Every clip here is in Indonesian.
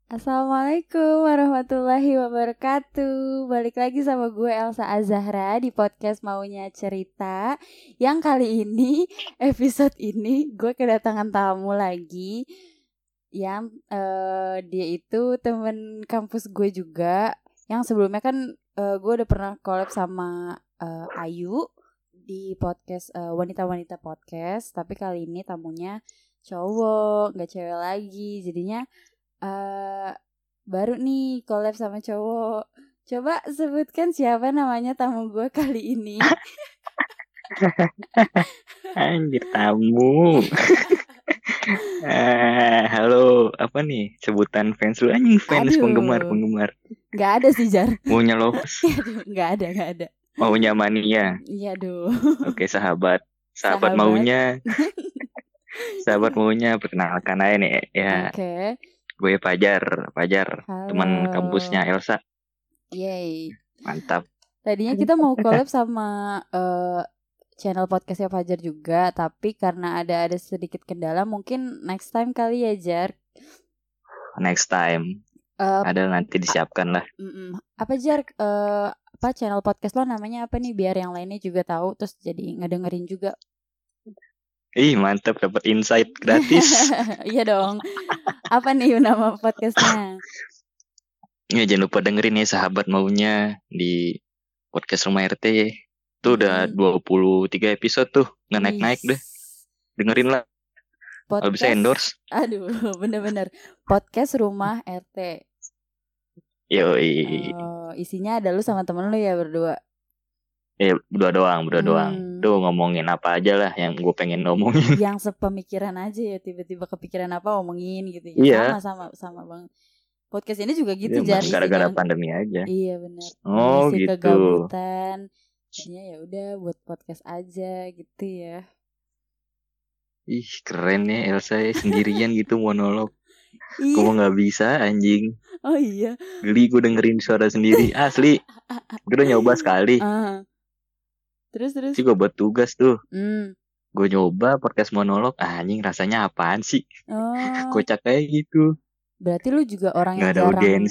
Assalamualaikum warahmatullahi wabarakatuh. Balik lagi sama gue Elsa Azahra di podcast Maunya Cerita. Yang kali ini, episode ini gue kedatangan tamu lagi. Yang dia itu temen kampus gue juga. Yang sebelumnya kan gue udah pernah collab sama Ayu di podcast Wanita-Wanita Podcast. Tapi kali ini tamunya cowok, gak cewek lagi. Jadinya baru nih collab sama cowok. Coba sebutkan siapa namanya tamu gue kali ini. Anjir tamu. Halo, apa nih sebutan fans lu? Anjing fans. Aduh. penggemar. Gak ada sih Jar. Maunya lovers. Aduh, gak ada. Maunya mania. Iya aduh. Oke, sahabat maunya. Sahabat maunya, perkenalkan aja nih ya. Oke. Gue Fajar, Halo. teman kampusnya Elsa. Yeay. Mantap. Tadinya kita mau collab sama channel podcastnya Fajar juga, tapi karena ada sedikit kendala, mungkin next time kali ya Jar. Next time. Ada nanti disiapkan lah. Apa Jar? Apa channel podcast lo namanya apa nih, biar yang lainnya juga tahu, terus jadi ngedengerin juga. Ih, mantap, dapat insight gratis. Iya dong. Apa nih nama podcastnya? Ya, jangan lupa dengerin ya sahabat maunya di podcast Rumah RT. Tuh udah 23 episode tuh. Nggak naik-naik deh. Dengerin lah. Kalau bisa endorse. Aduh, bener-bener. Podcast Rumah RT. Yoi. Isinya ada lu sama temen lu ya berdua? Berdua doang. Tuh ngomongin apa aja lah yang gue pengen ngomongin. Yang sepemikiran aja ya, tiba-tiba kepikiran apa omongin gitu ya. Iya. Sama banget. Podcast ini juga gitu ya, Jar. Gara-gara pandemi aja. Iya benar. Oh isi gitu. Kegabutan. Jadinya ya udah buat podcast aja gitu ya. Ih keren ya Elsa ya, sendirian gitu monolog. Gue nggak bisa anjing. Oh iya. Geli gue dengerin suara sendiri asli. Gue udah nyoba sekali. Terus sih gue buat tugas tuh. Gue nyoba podcast monolog, anjing rasanya apaan sih? Kocak kayak gitu. Berarti lu juga orang yang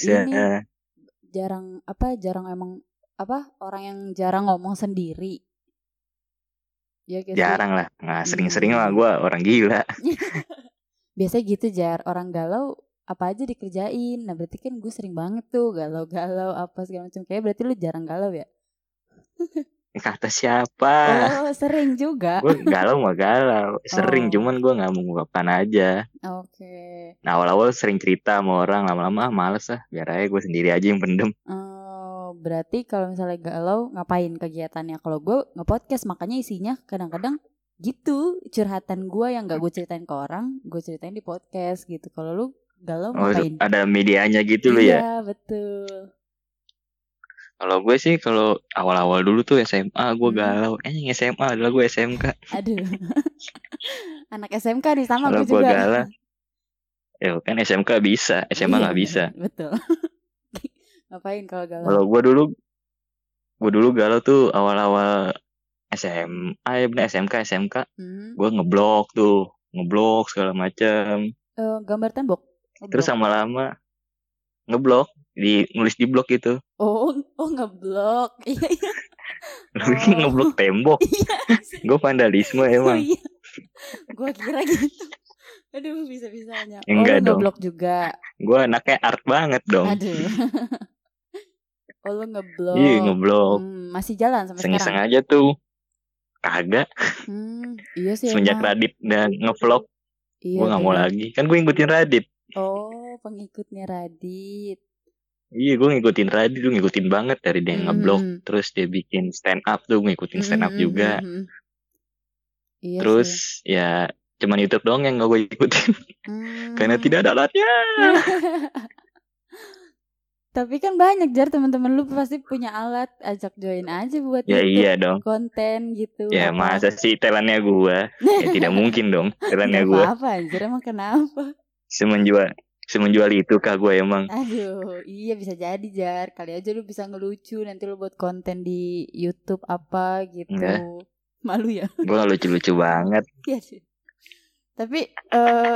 jarang orang yang jarang ngomong sendiri. Ya, jarang lah, nggak sering-sering lah gue orang gila. Biasanya gitu Jar, orang galau apa aja dikerjain. Nah berarti kan gue sering banget tuh galau-galau apa segala macam. Kayak berarti lu jarang galau ya? Kata siapa? Oh sering juga. Gue galau mah galau, sering cuman gue nggak mengungkapkan aja. Oke. Nah awal-awal sering cerita sama orang, lama-lama males lah, biar aja gue sendiri aja yang pendem. Berarti kalau misalnya galau ngapain kegiatannya? Kalau gue nge-podcast, makanya isinya kadang-kadang gitu, curhatan gue yang gak gue ceritain ke orang, gue ceritain di podcast gitu. Kalau lu galau ngapain? Ada medianya gitu lo ya? Iya betul. Kalau gue sih kalau awal-awal dulu tuh SMA gue galau. SMA adalah gue SMK. Aduh. Anak SMK nih sama gue juga. Kalau gue galau, ya kan SMK bisa, SMA nggak bisa. Betul. Ngapain kalau galau? Kalau gue dulu galau tuh awal-awal SMA ya bener SMK. Gue ngeblok segala macam. Gambar tembok. Terus lama-lama ngeblok, nulis di blog gitu. Oh ngeblok. Iya. Lu ngeblok tembok. Gue vandalisme emang. Iya. Gue kira gitu. Aduh bisa-bisanya. Enggak dong. Ngeblok juga. Gue anaknya art banget dong. Aduh. Lu ngeblok. Iya ngeblok. Masih jalan sampai sekarang? Iseng aja tuh. Kagak. Iya sih. Semenjak Radit dan ngevlog. Iya, gue gak mau lagi. Kan gue ngikutin Radit. Oh pengikutnya Radit. Iya gue ngikutin Radit. Gue ngikutin banget dari dia ngeblog. Terus dia bikin stand up tuh. Gue ngikutin stand up juga. Iya terus sih. Ya cuman YouTube doang yang gak gue ikutin. Karena tidak ada alatnya. Tapi kan banyak Jar, teman-teman lu pasti punya alat, ajak join aja buat ya YouTube, iya dong. Konten gitu. Ya apa? Masa sih telannya gue? Ya tidak mungkin dong telannya gue. Apa Anjir, emang kenapa? Semenjual itu kah gue emang? Aduh, iya bisa jadi Jar. Kali aja lu bisa ngelucu, nanti lu buat konten di YouTube apa gitu. Malu ya? Gue lucu-lucu banget. Iya sih. Tapi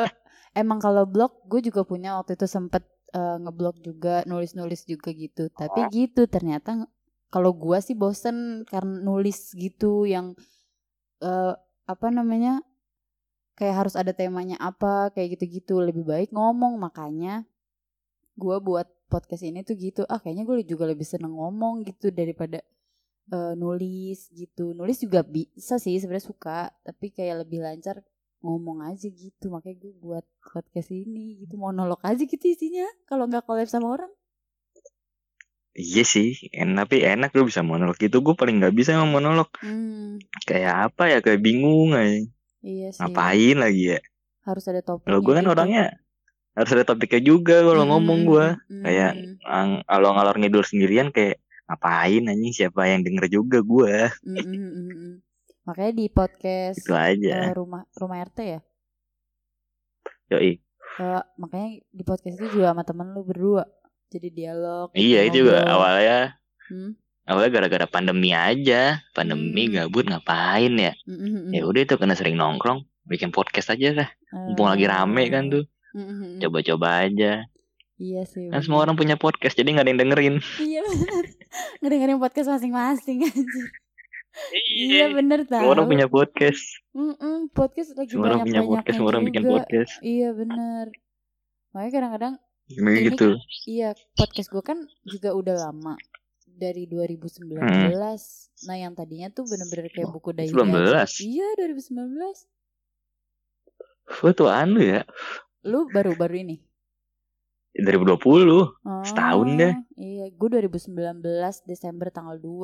emang kalau blog gue juga punya waktu itu sempet ngeblog juga, nulis-nulis juga gitu. Tapi gitu ternyata kalau gue sih bosen karena nulis gitu yang apa namanya kayak harus ada temanya apa kayak gitu-gitu. Lebih baik ngomong, makanya gue buat podcast ini tuh gitu. Kayaknya gue juga lebih seneng ngomong gitu daripada nulis gitu. Nulis juga bisa sih sebenarnya suka, tapi kayak lebih lancar ngomong aja gitu. Makanya gue buat podcast ini gitu, monolog aja gitu isinya kalau nggak collab sama orang. Iya sih, tapi enak lu bisa monolog gitu. Gue paling nggak bisa emang monolog. Kayak apa ya, kayak bingung aja. Iya sih. Ngapain lagi ya? Harus ada topiknya. Kalau gue kan gitu. Orangnya harus ada topiknya juga kalau ngomong gue. Kayak ngalor ngidul sendirian kayak ngapain anjing, siapa yang denger juga gue. Makanya di podcast itu aja. rumah RT ya. Yoi. Makanya di podcast itu juga sama temen lu berdua. Jadi dialog. Iya itu juga awalnya. Awalnya gara-gara pandemi aja. Pandemi gabut ngapain ya. Ya udah itu karena sering nongkrong, bikin podcast aja lah. Mumpung lagi rame kan tuh. Coba-coba aja. Iya sih. Kan semua orang punya podcast, jadi gak ada yang dengerin. Iya benar. Ngedengerin podcast masing-masing aja. Iya bener tahu. Semua orang punya podcast. Podcast lagi semua orang punya podcast, semua orang bikin podcast. Iya bener. Makanya kadang-kadang ini gitu. Iya, podcast gue kan juga udah lama, dari 2019. Nah yang tadinya tuh bener-bener kayak buku diary 19? aja. Iya 2019. Gue tuaan lu ya. Lu baru-baru ini 2020. Setahun deh. Iya, gue 2019 Desember tanggal 2.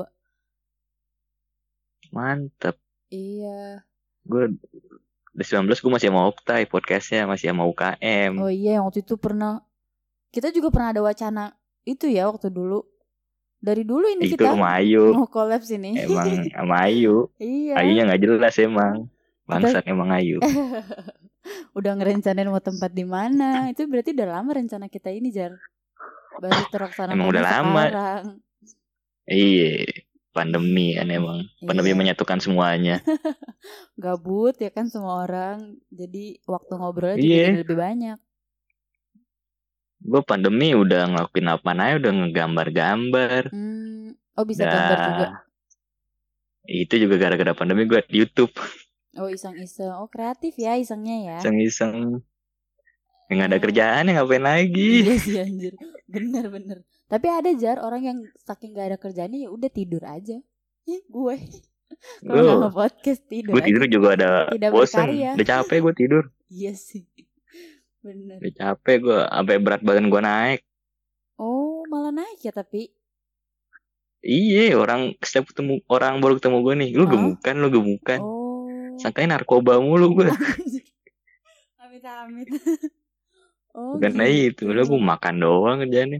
Mantep. Iya. Gue 2019 gue masih sama Optai, podcastnya masih sama UKM. Oh iya, yang waktu itu kita juga pernah ada wacana itu ya waktu dulu. Dari dulu ini itu kita sama Ayu. mau collab sini. Emang sama Ayu. Iya. Ayunya gak jelas emang. Bangsat emang Ayu. Udah ngerencanain mau tempat di mana. Itu berarti udah lama rencana kita ini, Jar. Baru terlaksana. Emang udah lama. Sekarang. Iya. Pandemi kan emang. Pandemi menyatukan semuanya. Gabut ya kan semua orang. Jadi waktu ngobrolnya juga jadi lebih banyak. Gue pandemi udah ngelakuin apa aja, udah ngegambar-gambar. Oh bisa gambar juga. Itu juga gara-gara pandemi gue di YouTube. Oh iseng-iseng. Oh kreatif ya isengnya ya. Iseng-iseng. Yang ada kerjaan ya ngapain lagi. Iya sih anjir. Bener-bener. Tapi ada Jar orang yang saking gak ada kerjaannya ya udah tidur aja. Gue. Kalau nggak podcast tidur. Gue tidur aja. Juga ada bosen. Udah capek gue tidur. Iya sih. Bener. Udah capek gue, sampai berat badan gue naik. Oh malah naik ya tapi. Iya orang setiap ketemu orang baru ketemu gue nih, lu gemukan. Sangkain narkoba mulu gue. Amit-amit. Bukan gitu. Itu lu gue makan doang kerjaannya.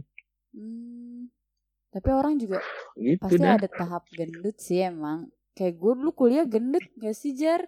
Tapi orang juga gitu pasti dah. Ada tahap gendut sih emang. Kayak gue dulu kuliah gendut gak sih Jar?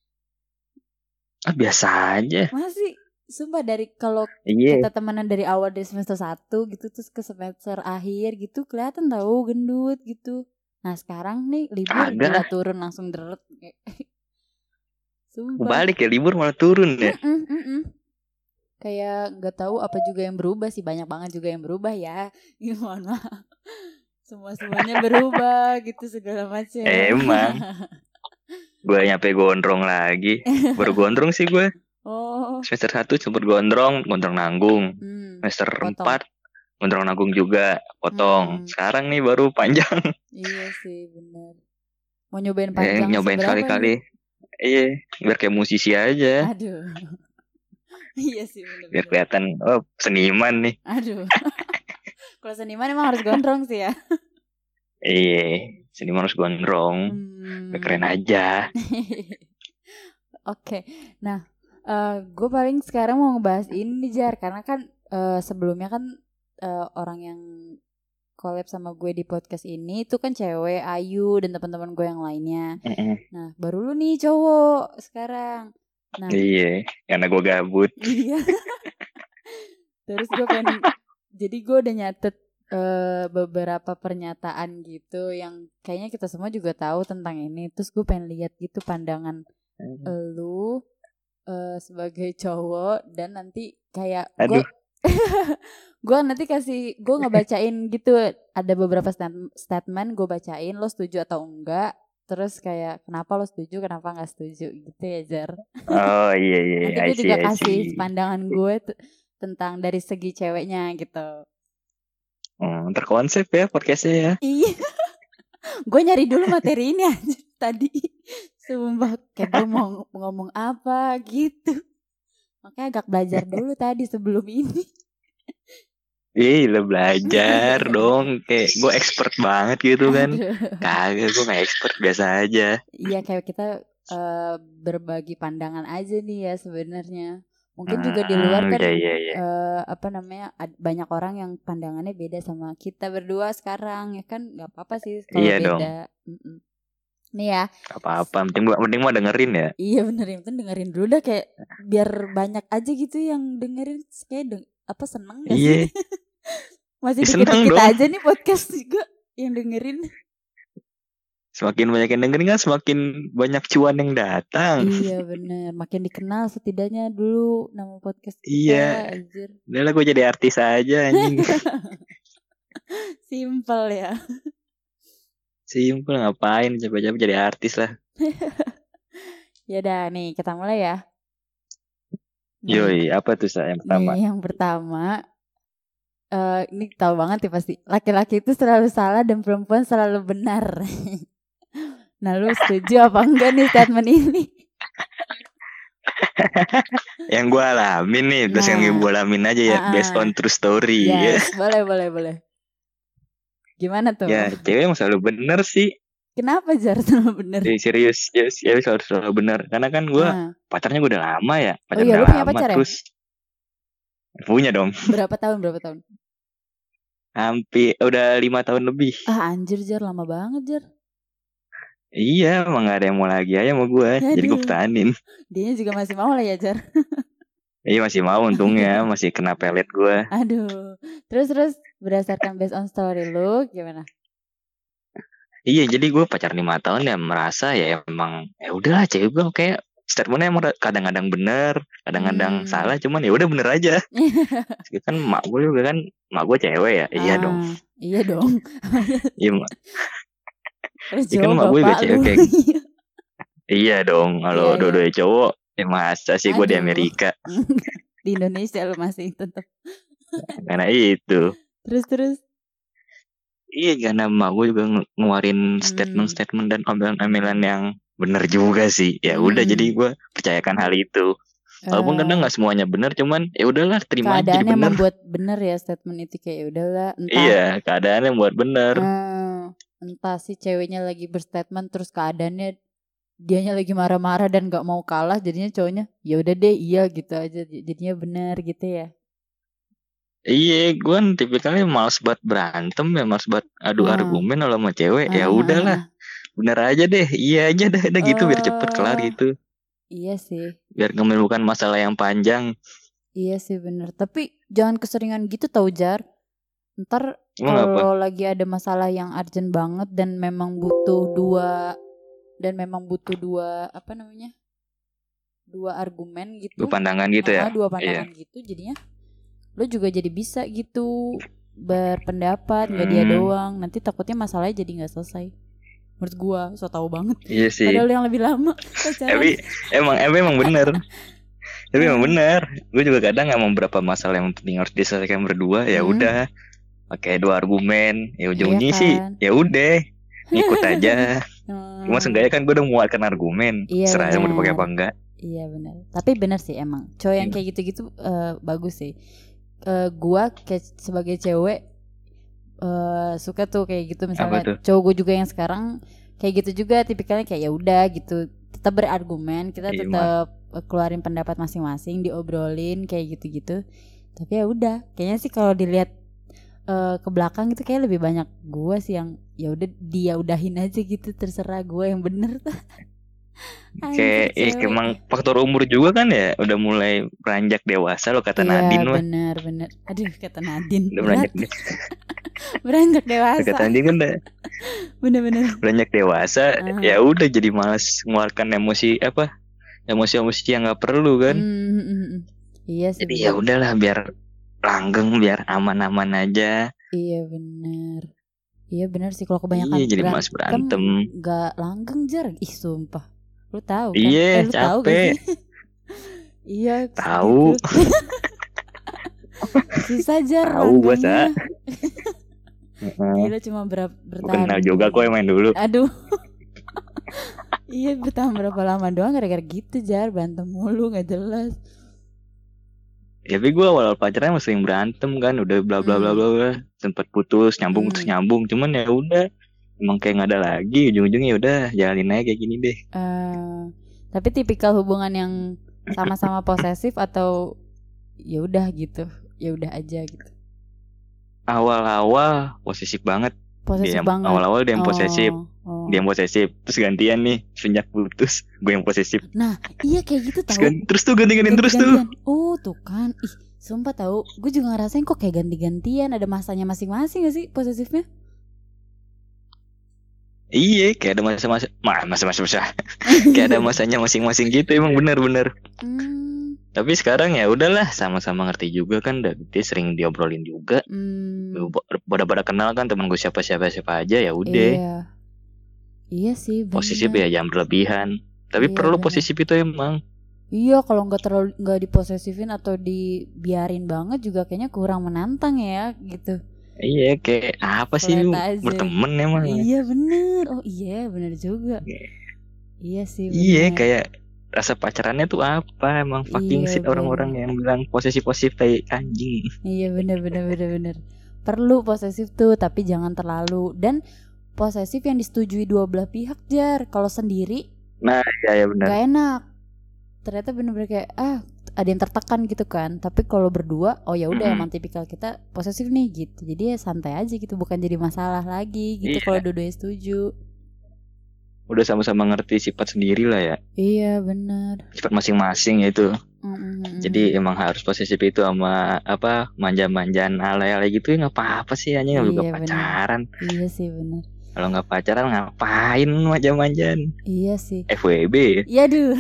Biasa aja. Masih sumpah dari kalau kita temenan dari awal dari semester 1 gitu terus ke semester akhir gitu kelihatan tahu gendut gitu. Nah sekarang nih libur gila turun langsung deret. Sumpah. Balik ya libur malah turun ya. Kayak nggak tahu apa juga yang berubah sih, banyak banget juga yang berubah ya. Gimana? Semuanya berubah gitu segala macam. Emang. Gue nyampe gondrong lagi. Baru gondrong sih gue. Semester 1 sempet gondrong nanggung. Semester 4 gondrong nanggung juga, potong. Sekarang nih baru panjang. Iya sih benar. Mau nyobain panjang nyobain sekali-kali. Iya, biar kayak musisi aja. Aduh. Iya sih benar. Biar kelihatan seniman nih. Aduh. Kalau seniman emang harus gondrong sih ya. Iya, seniman harus gondrong. Biar keren aja. Oke. Nah, gue paling sekarang mau ngebahas ini Jar, karena kan sebelumnya kan orang yang collab sama gue di podcast ini itu kan cewek, Ayu dan teman-teman gue yang lainnya. Nah baru lu nih cowok sekarang. Nah, iya, karena gue gabut. Iya. Terus gue jadi gue udah nyatet beberapa pernyataan gitu yang kayaknya kita semua juga tahu tentang ini. Terus gue pengen lihat gitu pandangan lu sebagai cowok dan nanti kayak Aduh. gue nanti gue ngebacain gitu, ada beberapa statement gue bacain, lo setuju atau enggak, terus kayak kenapa lo setuju kenapa nggak setuju gitu ya Jar. Oh iya Nanti gue juga kasih pandangan gue tentang dari segi ceweknya gitu. Terkonsep ya podcastnya ya. Iya. Gue nyari dulu materi ini aja tadi. Sumpah kayak gue mau ngomong apa gitu. Makanya agak belajar dulu tadi sebelum ini. Lo belajar dong. Kayak gue expert banget gitu kan. Kagak, gue gak expert, biasa aja. Iya, kayak kita berbagi pandangan aja nih ya sebenarnya. Mungkin juga di luar kan banyak orang yang pandangannya beda sama kita berdua sekarang ya kan, nggak apa-apa sih kalau beda. Nih ya. Apa-apa, penting mah dengerin ya. Iya bener, yang penting dengerin dulu dah, kayak biar banyak aja gitu yang dengerin, kayak seneng gak sih? Masih dikit-dikit aja nih podcast juga yang dengerin. Semakin banyak yang dengerin kan semakin banyak cuan yang datang. Iya bener, makin dikenal setidaknya dulu nama podcast kita. Iya. Udah lah, gue jadi artis aja anjing. Simple ya. Simple, ngapain coba-coba jadi artis lah. Ya udah nih kita mulai ya. Yoi, apa tuh yang pertama? Nih yang pertama, ini tahu banget ya pasti. Laki-laki itu selalu salah dan perempuan selalu benar. Nah lu setuju apa enggak nih statement ini? Yang gue alamin nih, terus yang gue alamin aja ya, based on true story. Yes, boleh. Gimana tuh? Ya, cewek emang selalu bener sih. Kenapa Jar selalu bener? Serius, ya selalu bener. Karena kan gue pacarnya gue udah lama ya. Pacarnya udah lama pacar terus. Ya? Punya dong. Berapa tahun? Hampir, udah 5 tahun lebih. Anjir Jar, lama banget Jar. Iya, emang gak ada yang mau lagi aja sama gue. Jadi gue pertahanin. Dianya juga masih mau lah ya Jar. Iya masih mau untungnya, masih kena pelet gue. Aduh. Terus berdasarkan based on story lu gimana? Iya, jadi gue pacar 5 tahun ya merasa ya emang ya udahlah, cewek gue kayak statementnya emang kadang-kadang bener, kadang-kadang salah, cuman ya udah bener aja. Kan mak gue juga kan, mak gue cewek ya. Iya dong. Iya dong. Iya mak. Kan mak gue juga cewek kayak. Iya dong, kalau dua-duanya cowok. Masa sih gue di Amerika. Di Indonesia lu masih tetap. Karena itu. Terus. Iya, karena emak gue juga ngeluarin statement dan omelan-omelan yang benar juga sih. Ya udah, jadi gue percayakan hal itu. Walaupun kadang nggak semuanya benar, cuman ya udahlah, terima aja. Keadaan yang membuat benar ya statement itu, kayak udahlah. Iya, keadaan yang buat benar. Entah si ceweknya lagi berstatement terus keadaannya dianya lagi marah-marah dan nggak mau kalah, jadinya cowoknya ya udah deh iya gitu aja, jadinya benar gitu ya. Iya, gue kan tipikalnya males banget berantem ya, males banget adu argumen kalau sama cewek. Ya udahlah, bener aja deh, iya aja dah gitu, biar cepet kelar gitu. Iya sih. Biar nggak menimbulkan masalah yang panjang. Iya sih bener, tapi jangan keseringan gitu tau Jar. Ntar kalau lagi ada masalah yang urgent banget dan memang butuh dua argumen gitu. Dua pandangan gitu ya. Dua pandangan gitu, jadinya lo juga jadi bisa gitu berpendapat, gak dia doang. Nanti takutnya masalahnya jadi gak selesai. Menurut gua, so tau banget. Iya sih. Padahal yang lebih lama Tapi emang bener. Tapi emang bener. Gue juga kadang emang beberapa masalah yang penting harus diselesaikan berdua. Ya udah, pakai dua argumen. Ya ujung-ujungnya sih, ya udah ngikut aja. Cuma seenggaknya kan gue udah mengeluarkan argumen. Serah mau dipakai apa enggak. Iya benar. Tapi benar sih emang cowok yang kayak gitu-gitu bagus sih. Gua sebagai cewek suka tuh kayak gitu, misalnya cowok gue juga yang sekarang kayak gitu juga, tipikalnya kayak ya udah gitu, tetap berargumen, kita tetap keluarin pendapat masing-masing, diobrolin kayak gitu-gitu. Tapi ya udah, kayaknya sih kalau dilihat ke belakang itu kayak lebih banyak gue sih yang ya udah dia udahin aja gitu, terserah gue yang bener tuh. Kayak emang faktor umur juga kan ya, udah mulai beranjak dewasa lo kata Nadine. Iya benar. Aduh kata Nadine. Udah beranjak dewasa. Kata Nadine kan udah. Bener. Beranjak dewasa, ya udah jadi malas mengeluarkan emosi emosi-emosi yang nggak perlu kan. Iya sih. Jadi ya udahlah, biar langgeng, biar aman-aman aja. Iya benar. Iya benar sih, kalau kebanyakan Jadi mas berantem. Gak langgeng Jar. Ih sumpah. Lu tahu kan? Iya, Lu tahu gak capek. sih? Iya Tahu. gitu. Susah Jar Tahu gua, Sa. Gila cuma bertahan. Kenal juga kok yang main dulu. Aduh. Iya bertahan berapa lama doang gara-gara gitu Jar, berantem mulu gak jelas. Ya, tapi gue awal pacaran masih sering berantem kan, udah bla bla bla bla, sempat putus nyambung. Cuman ya udah, emang kayak nggak ada lagi, ujung-ujungnya udah jalanin aja kayak gini deh. Tapi tipikal hubungan yang sama-sama posesif atau ya udah gitu, ya udah aja gitu. Awal-awal posesif banget. Awal-awal dia yang posesif. Dia yang posesif, terus gantian nih sejak putus gue yang posesif. Nah iya kayak gitu tau. Terus tuh ganti-gantian terus tuh. Oh tuh kan, ih sumpah tau, gue juga ngerasain kok kayak ganti-gantian, ada masanya masing-masing gak sih posesifnya? Iya, kayak ada masa-masa kayak ada masanya masing-masing gitu, emang benar-benar. Tapi sekarang ya udahlah, sama-sama ngerti juga kan, udah gede, sering diobrolin juga. Pada kenal kan temen gue siapa aja, ya udah. Iya sih bener. Posesif ya jangan berlebihan. Tapi perlu bener. Posesif itu emang. Iya, kalau nggak diposesifin atau dibiarin banget juga kayaknya kurang menantang ya gitu. Iya, kayak apa sih lu berteman emang. Iya bener. Oh iya bener juga. Iya sih bener. Iya, kayak rasa pacarannya tuh apa? Emang fucking shit orang-orang yang bilang posesif kayak anjing. Iya bener. Perlu posesif tuh, tapi jangan terlalu. Dan posesif yang disetujui dua belah pihak Jar. Kalau sendiri, nah ya benar. Gak enak. Ternyata bener-bener kayak ada yang tertekan gitu kan. Tapi kalau berdua, oh ya udah emang tipikal kita posesif nih gitu. Jadi ya santai aja gitu, bukan jadi masalah lagi gitu. Kalau dua-duanya setuju. Udah sama-sama ngerti sifat sendiri lah ya. Iya benar. Sifat masing-masing ya itu. Jadi emang harus posesif itu sama apa manja-manjaan alay-alay gitu ya nggak apa-apa sih, hanya nggak juga pacaran. Iya sih benar. Kalau nggak pacaran ngapain manja-manjaan? Iya sih. FWB. Iya duh.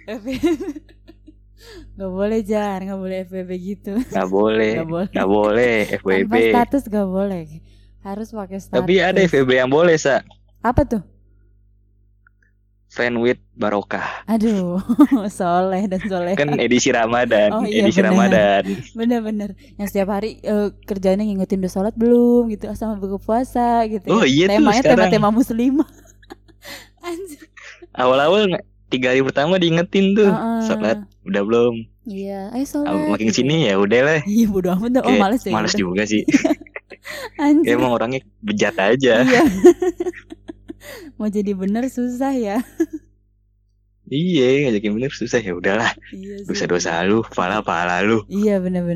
Gak boleh Jar, gak boleh FWB gitu. Gak boleh FWB. Tanpa status gak boleh. Harus pakai status. Tapi ada FWB yang boleh Sa. Apa tuh? Friend with Barokah. Aduh, soleh dan soleh. Kan edisi Ramadan. Ramadan. Bener-bener. Yang setiap hari kerjanya ngingetin udah sholat belum gitu, sama buka puasa gitu. Oh iya tuh temanya sekarang. Tema muslimah. Anjir. Awal-awal 3 hari pertama diingetin tuh sholat udah belum. Iya, ayo sholat. Makin kesini ya udah lah. Iya bodo amat. Oh males ya. Males juga sih. Anjir. Emang orangnya bejat aja. Iya. Mau jadi bener susah ya. Iya, ngajakin bener susah, ya udahlah. Iya, dosa-dosa lu, pahala lu. Iya, bener.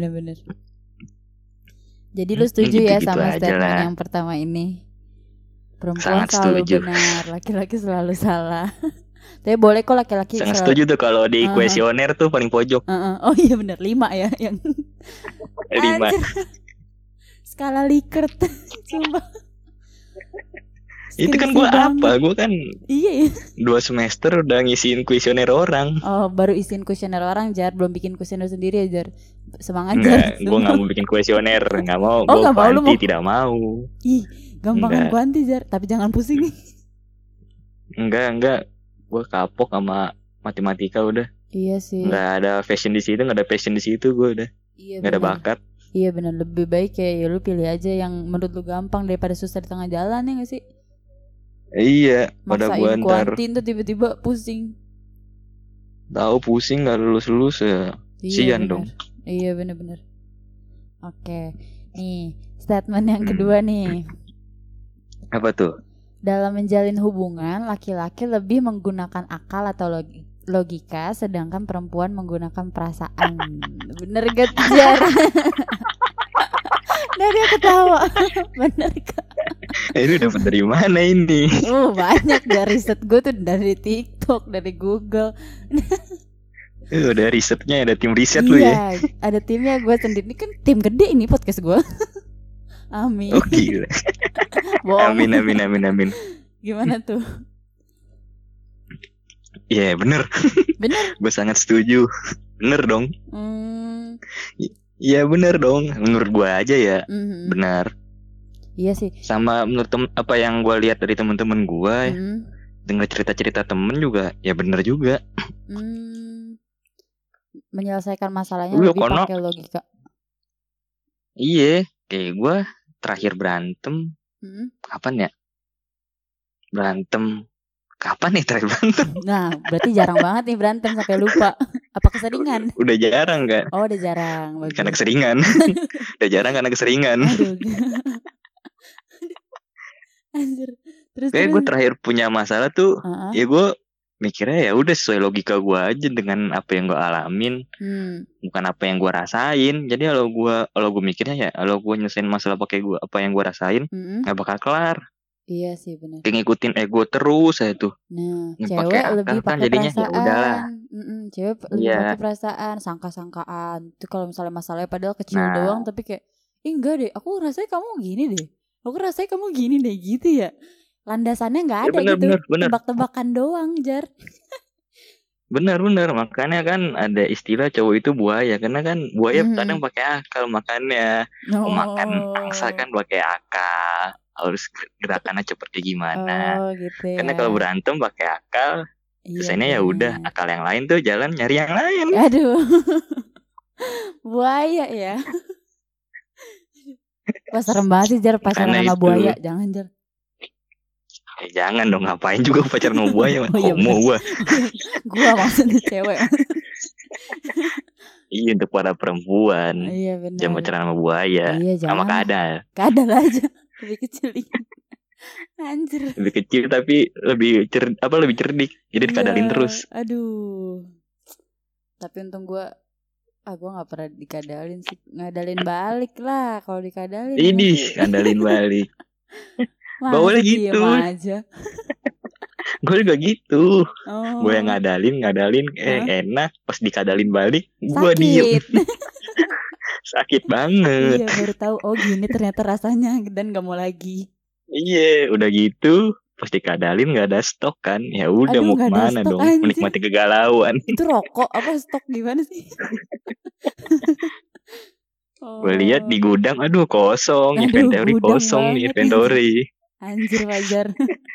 Jadi lu setuju ya sama statement yang pertama ini? Perempuan sangat selalu setuju. Benar, laki-laki selalu salah. Tapi boleh kok laki-laki sangat setuju tuh kalau di kuesioner tuh paling pojok. Oh iya benar, 5 ya yang 5. Skala Likert. Sumpah. Itu kan gue apa? Gue kan iya. 2 semester udah ngisiin kuesioner orang. Oh, baru isiin kuesioner orang, Jar. Belum bikin kuesioner sendiri ya, Jar. Semangat, Jar. Gue gak mau bikin kuesioner. Gak mau. Oh, gue kuanti tidak mau. Ih, gampangan kuanti, Jar. Tapi jangan pusing. Enggak. Gue kapok sama matematika udah. Iya sih. Gak ada passion di situ. Gue udah. Iya, gak ada bakat. Iya benar, lebih baik ya lu pilih aja yang menurut lu gampang daripada susah di tengah jalan, ya gak sih? Iya, pada gua ntar kuantin tuh tiba-tiba pusing. Tahu pusing gak lulus ya. Sian dong. Iya benar. Oke. Nih, statement yang kedua nih. Apa tuh? Dalam menjalin hubungan, laki-laki lebih menggunakan akal atau logika, sedangkan perempuan menggunakan perasaan. Bener gak, Jar? Nah, dia ketawa. Bener gak? Ini dapat dari mana ini? Banyak dari riset gue tuh, dari TikTok, dari Google. Udah risetnya, ada tim riset lu ya. Iya, ada timnya, gue sendiri kan tim gede ini podcast gue. Amin. Oh gila. Amin. Gimana tuh? Iya bener. Bener. Gue sangat setuju. Bener dong. Iya bener dong. Menurut gue aja ya. Benar. Iya sih. Sama menurut apa yang gue lihat dari teman-teman gue, dengar cerita-cerita temen juga, ya bener juga. Menyelesaikan masalahnya lebih pakai logika. Iya, kayak gue terakhir berantem, kapan ya? Berantem, kapan nih terakhir berantem? Nah, berarti jarang banget nih berantem sampai lupa. Apa keseringan? Udah jarang kan? Oh, udah jarang. Bagus. Karena keseringan. Udah jarang karena keseringan. Aduh. Anjir. Terus kayak gue terakhir punya masalah tuh, ya gue mikirnya ya udah sesuai logika gue aja dengan apa yang gue alamin, bukan apa yang gue rasain. Jadi kalau gue mikirnya ya, kalau gue nyelesain masalah pakai gue apa yang gue rasain, nggak bakal kelar. Iya sih benar. Kayak ngikutin ego terus saya tuh. Nah, cewek lebih pakai jadinya perasaan. Ya udahlah. Cewek lebih pakai perasaan, sangka-sangkaan. Itu kalau misalnya masalahnya padahal kecil doang, tapi kayak, enggak deh, aku rasanya kamu gini deh. Aku rasanya kamu gini deh gitu ya. Landasannya nggak ada bener, gitu, bener. tebak-tebakan doang, Jar. Bener, makanya kan ada istilah cowok itu buaya, karena kan buaya kadang pakai akal makannya. Makan angsa kan pakai akal, harus gerakannya cepet kayak gimana. Gitu ya. Karena kalau berantem pakai akal, biasanya ya udah akal yang lain tuh jalan nyari yang lain. Aduh, buaya ya. Wah serem banget sih Jar pacaran sama buaya, jangan Jar. Jangan dong, ngapain juga pacaran sama buaya. Homo gue. Gue maksudnya cewek. Iya, untuk para perempuan. Iya benar. Jangan pacaran sama buaya. Iya, sama kadal. Kadal aja. Lebih kecil. Anjir. Lebih kecil tapi lebih cerdik. Jadi dikadalin terus. Aduh. Tapi untung gue gak pernah dikadalin sih. Ngadalin balik lah kalau dikadalin. Ini ngandalin balik. Bawanya gitu. Gue juga gitu. Gue yang ngadalin enak. Pas dikadalin balik gue diem. Sakit banget. Iya baru tahu. Oh gini ternyata rasanya. Dan gak mau lagi. Iya udah gitu. Pas dikadalin gak ada stok kan. Ya udah mau kemana dong. Anjir. Menikmati kegalauan. Itu rokok apa stok gimana sih? Gue lihat di gudang, aduh kosong. Inventory kosong nih inventory. Anjir wajar.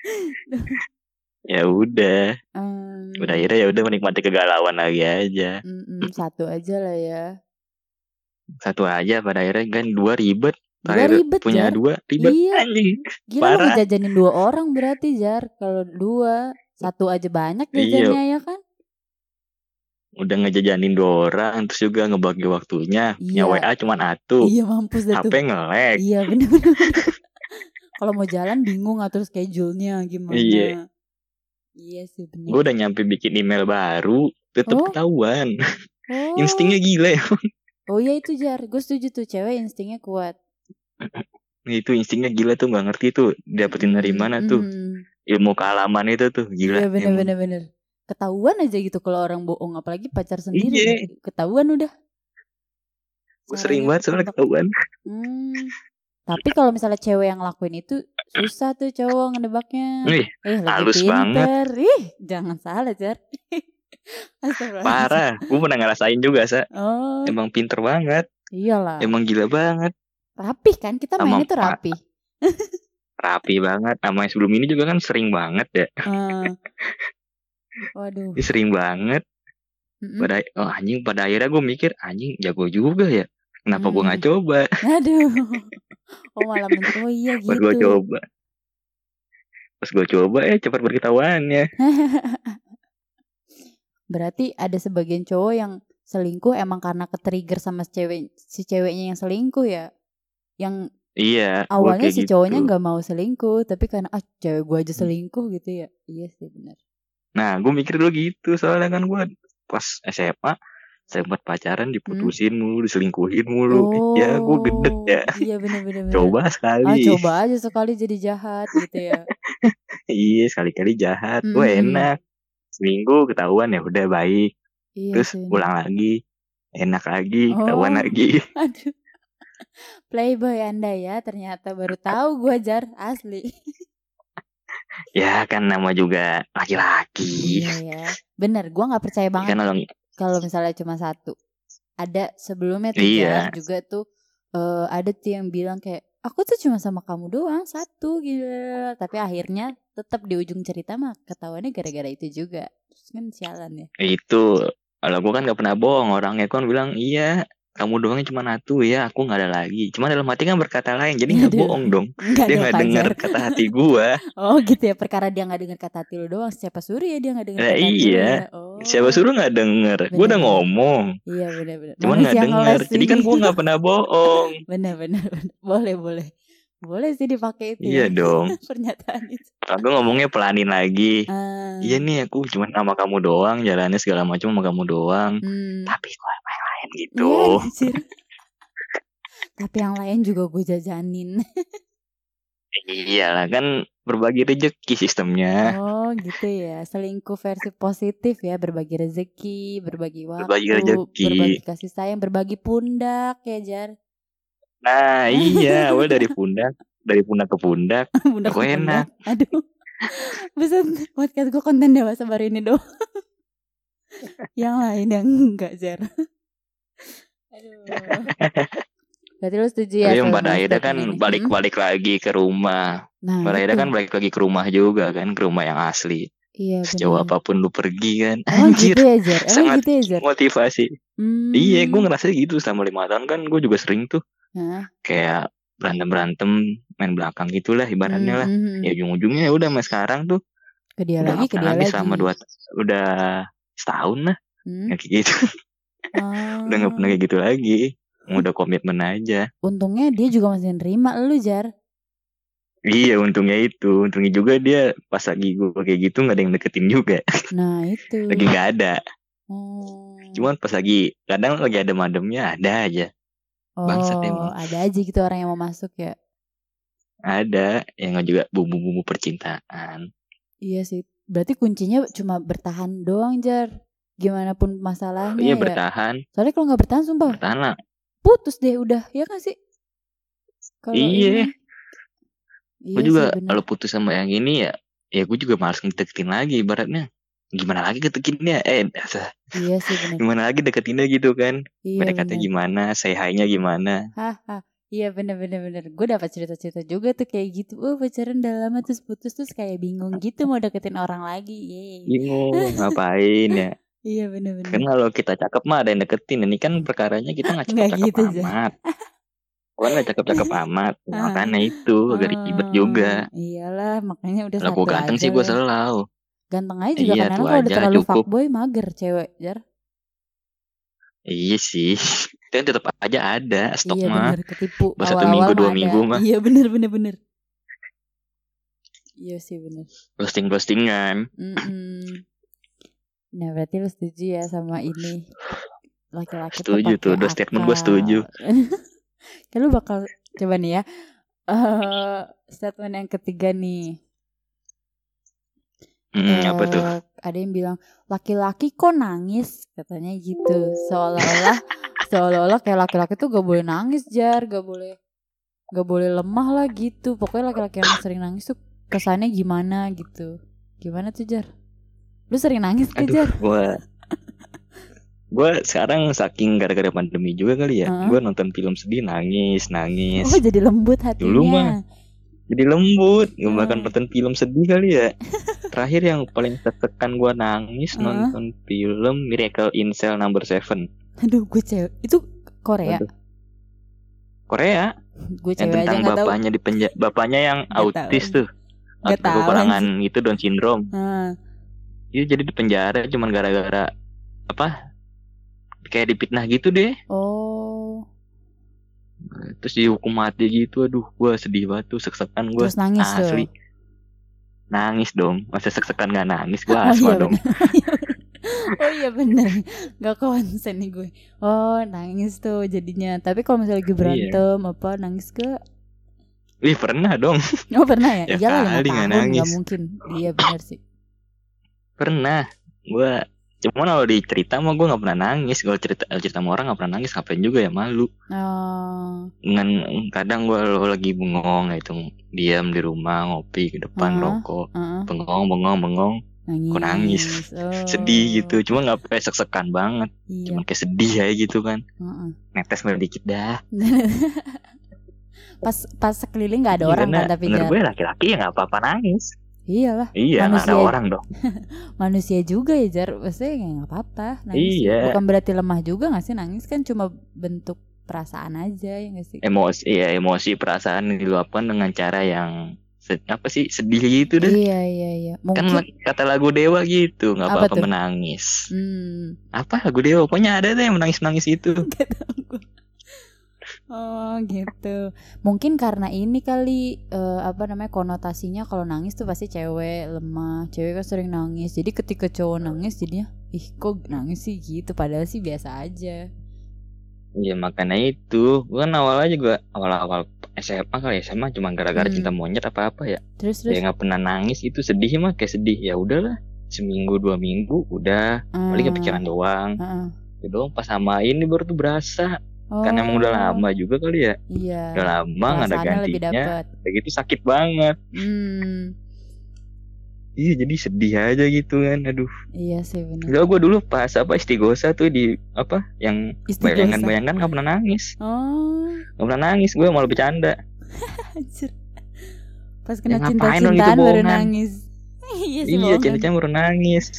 Ya udah. Udah akhirnya ya udah menikmati kegalauan lagi aja. Satu aja lah ya. Satu aja pada akhirnya kan 2 ribet. Punya Jar. 2 ribet. Iya. Anjing. Gila lo ngejajanin 2 orang berarti Jar. Kalau 2, 1 aja banyak jajannya ya kan? Udah ngejajanin 2 orang. Terus juga ngebagi waktunya. Punya WA cuma 1. Iya mampus dah tuh. HP nge-lag. Iya bener. Kalau mau jalan bingung atur schedule-nya gimana. Iya sih bener. Gue udah nyampe bikin email baru. Tetep ketahuan. Instingnya gila ya. Oh iya itu Jar. Gue setuju tuh cewek instingnya kuat. Itu instingnya gila tuh. Gak ngerti tuh dapetin dari mana tuh. Ilmu kealaman itu tuh gila. Iya bener. Ketahuan aja gitu kalau orang bohong. Apalagi pacar sendiri. Iya. Ketahuan udah. Gue sering banget soalnya ketahuan. Tapi kalau misalnya cewek yang lakuin itu susah tuh cowok ngedebaknya. Halus banget. Jangan salah Jar. Parah. Gue pernah ngerasain juga Sa. Emang pinter banget. Iyalah. Emang gila banget. Rapih kan kita main itu rapih. Rapi banget. Sama yang sebelum ini juga kan sering banget ya. Waduh. Sering banget. Anjing pada akhirnya gue mikir anjing jago juga ya. Kenapa gue gak coba? Aduh. Malah iya gitu. Pas gue coba cepat berketahuannya. Berarti ada sebagian cowok yang selingkuh emang karena ketrigger sama si ceweknya yang selingkuh ya. Yang awalnya si cowoknya gak mau selingkuh. Tapi karena cewek gue aja selingkuh gitu ya. Iya sih benar. Nah gue mikir dulu gitu. Soalnya kan gue pas SMA sempat pacaran diputusin mulu, diselingkuhin mulu. Ya gue gedek ya. Iya benar. Coba sekali. Coba aja sekali jadi jahat gitu ya. Iya sekali-kali jahat. Gue enak. Seminggu ketahuan ya udah baik. Terus pulang lagi. Enak lagi. Ketahuan lagi. Aduh. Playboy Anda ya. Ternyata baru tahu gue Jar. Asli. Ya kan nama juga laki-laki. Iya ya. Bener, gue nggak percaya banget Kan kalau misalnya cuma satu. Ada sebelumnya tuh iya. Jar juga tuh ada tuh yang bilang kayak aku tuh cuma sama kamu doang satu gitu. Tapi akhirnya tetap di ujung cerita mah ketahuannya gara-gara itu juga. Terus kan sialan ya. Itu kalau gue kan gak pernah bohong, orangnya kan bilang iya kamu doangnya cuma satu ya, aku nggak ada lagi. Cuma dalam hati kan berkata lain, jadi nggak Aduh, bohong dong. nggak Dia dong, nggak dengar Fajar. kata hati gue. Oh gitu ya, perkara dia nggak dengar kata hati lu doang. Siapa suruh ya dia nggak dengar Nah, kata hati lu iya, ya. Oh, siapa suruh nggak denger? Gue udah benar-benar. ngomong, Iya benar-benar. cuman Mana nggak sih yang denger. ngeles Jadi ini? kan gue nggak pernah bohong. Benar-benar. Boleh sih dipakai itu Iya ya. dong. Pernyataan itu. Aku ngomongnya pelanin lagi. Iya nih aku cuma sama kamu doang, jalannya segala macam sama kamu doang. Tapi gue sama yang lain gitu. Iya anjir. Tapi yang lain juga gue jajanin. Iyalah kan berbagi rezeki sistemnya. Oh gitu ya. Selingkuh versi positif ya. Berbagi rezeki, berbagi waktu, Berbagi rezeki. berbagi kasih sayang, berbagi pundak ya Jar. Nah iya, awal dari pundak ke pundak. Pundak Aku ke enak. pundak. Aduh. Buset, podcast gue konten dewasa baru ini doang. Yang lain yang enggak Jar. Aduh. Berarti lu setuju ya? Tapi pada akhirnya kan balik lagi ke rumah. Nah, pada akhirnya kan balik lagi ke rumah juga kan, ke rumah yang asli. Iya, sejauh apapun lu pergi kan. Anjir. Gitu ya Jar? Sangat gitu ya Jar? motivasi. Iya, gue ngerasa gitu selama 5 tahun kan gue juga sering tuh. Kayak berantem main belakang gitulah ibaratnya lah. Ya ujung-ujungnya udah sampai sekarang tuh. Ke dia lagi. Selama udah setahun lah. Kayak gitu. Udah gak pernah kayak gitu lagi. Udah komitmen aja. Untungnya dia juga masih nerima lu Jar. Iya untungnya itu. Untungnya juga dia pas lagi gue kayak gitu gak ada yang deketin juga. Nah itu. Lagi gak ada. Cuman pas lagi kadang lagi ada mademnya ada aja. Bangsat emang. Ada aja gitu orang yang mau masuk ya. Ada yang juga bumbu-bumbu percintaan. Iya sih. Berarti kuncinya cuma bertahan doang Jar. Gimana pun masalahnya ya. Iya bertahan. Soalnya kalau gak bertahan sumpah bertahan lah. Putus deh udah. Ya gak sih? Kalo iya. Gue juga sih, kalau putus sama yang ini ya gue juga malas ngedeketin lagi ibaratnya. Gimana lagi deketinnya? Iya sih benar. Gimana lagi deketinnya gitu kan? Iya, PDKT gimana? Say hi-nya gimana? Iya benar. Gue dapat cerita-cerita juga tuh kayak gitu. Pacaran udah lama terus putus terus kayak bingung gitu mau deketin orang lagi. Bingung ngapain ya? Iya benar. Kan kalau kita cakep mah ada yang deketin. Ini kan perkaranya kita nggak cakep-cakep gitu, amat. Gue nggak cakep-cakep amat. Makanya itu agak ribet juga. Iyalah makanya udah satu aja. Kalau gue ganteng sih gue selalu. Ganteng aja juga kan kalau udah terlalu fuckboy mager cewek Jar. Iya sih. Tapi tetap aja ada stok iya, mah. Bener, ketipu. Baru 1 minggu 2 minggu mah. Iya bener. Iya sih bener. Postingan. Nah berarti lu setuju ya sama ini laki-laki setuju tuh, udah statement gue setuju. Kan lu bakal coba nih ya statement yang ketiga nih. Apa tuh? Ada yang bilang laki-laki kok nangis katanya gitu, seolah-olah kayak laki-laki tuh gak boleh nangis Jar, gak boleh lemah lah gitu. Pokoknya laki-laki yang sering nangis tuh kesannya gimana gitu. Gimana tuh Jar? Lu sering nangis ke Jar? Gue sekarang saking gara-gara pandemi juga kali ya, gue nonton film sedih nangis. Oh jadi lembut hatinya. Dulu mah jadi lembut, bahkan nonton film sedih kali ya. Terakhir yang paling tertekan gue nangis nonton film Miracle in Cell No. 7. Aduh gue cewek. Itu Korea? Korea. Gue cewek yang tentang aja bapaknya di penjara, bapaknya yang autis tuh. Kekurangan itu Down syndrome. Dia jadi di penjara cuman gara-gara apa? Kayak dipitnah gitu deh. Terus dihukum mati gitu. Aduh gue sedih banget tuh, sek-sekan gue. Terus nangis asli tuh. Nangis dong. Masa sek-sekan gak nangis? Gue asma dong. Oh iya bener. Gak konsen nih gue. Oh nangis tuh jadinya. Tapi kalau misalnya lagi berantem apa nangis ke? Pernah dong. Oh pernah ya? Iyalah 5 tahun gak mungkin. Iya bener sih. Pernah. Gue Cuman kalau di cerita mah gue nggak pernah nangis. Kalau cerita sama orang nggak pernah nangis, ngapain juga ya, malu. Dengan kadang gue lagi bengong gitu, diam di rumah ngopi ke depan rokok, bengong, kok nangis. Sedih gitu. Cuma nggak kayak sek-sekan banget. Cuma kayak sedih aja gitu kan. Netes dikit dah. Pas sekeliling nggak ada orang kan, tapi menurut gue laki-laki ya nggak apa-apa nangis. Iyalah. Iya, manusia, ada orang dong. Manusia juga ya, Jar. Maksudnya nggak apa-apa nangis. Iya. Bukan berarti lemah juga nggak sih, nangis kan cuma bentuk perasaan aja ya nggak sih? Emosi perasaan diluapkan dengan cara yang sedih gitu deh. Iya. Mungkin kan kata lagu Dewa gitu, nggak apa-apa menangis. Apa lagu Dewa? Pokoknya ada deh yang menangis itu. Oh gitu. Mungkin karena ini kali konotasinya kalau nangis tuh pasti cewek lemah. Cewek kan sering nangis. Jadi ketika cowok nangis jadinya kok nangis sih gitu. Padahal sih biasa aja. Iya, makanya itu. Gue kan awal SMA kali, SMA cuma gara-gara cinta monyet apa-apa ya. Terus ya nggak pernah nangis. Itu sedih mah kayak sedih. Ya udahlah, seminggu 2 minggu udah paling kepikiran doang. Itu pas sama ini baru tuh berasa. Kan emang udah lama juga kali ya. Iya. Udah lama gak ada gantinya. Kayak gitu sakit banget. Iya, jadi sedih aja gitu kan. Aduh. Iya sih benar. Udah, gue dulu pas istighosa tuh di yang bayangan gak pernah nangis. Gak pernah nangis, gue malah bercanda. Pas kena cinta-cintaan baru nangis. Iya, cinta-cintaan baru nangis.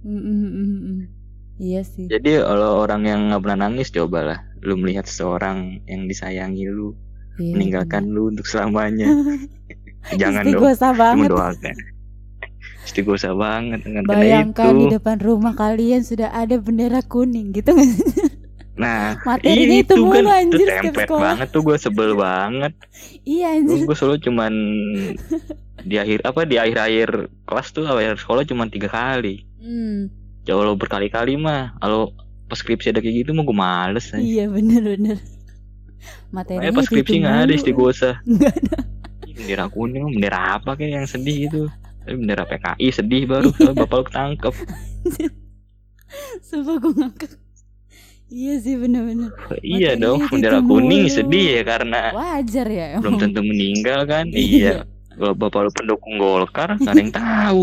Iya sih. Jadi kalau orang yang gak pernah nangis, cobalah lu melihat seseorang yang disayangi lu meninggalkan lu untuk selamanya. Jangan dong. Mendoakan. Istighosa banget dengan bayangkan itu. Di depan rumah kalian sudah ada bendera kuning gitu nggak sih? Nah, materinya itu kan anjir, itu template banget tuh, gue sebel banget. Iya anjir. Gue selalu cuman di akhir kelas tuh, akhir sekolah cuman 3 kali. Kalau berkali-kali mah, kalau pas skripsi ada kayak gitu mah gue males aja. Iya bener. Materinya pas skripsi nggak ada istighosa. Nggak ada. Bendera kuning, bendera apa kayak yang sedih itu? Tapi bendera PKI sedih baru soalnya bapak lu ketangkep. Sumpah gue ngakak. Iya sih bener-bener. Iya dong, bendera kuning sedih ya karena wajar ya emang. Belum tentu meninggal kan. Iya. Kalau bapak lu pendukung Golkar nggak ada yang tahu.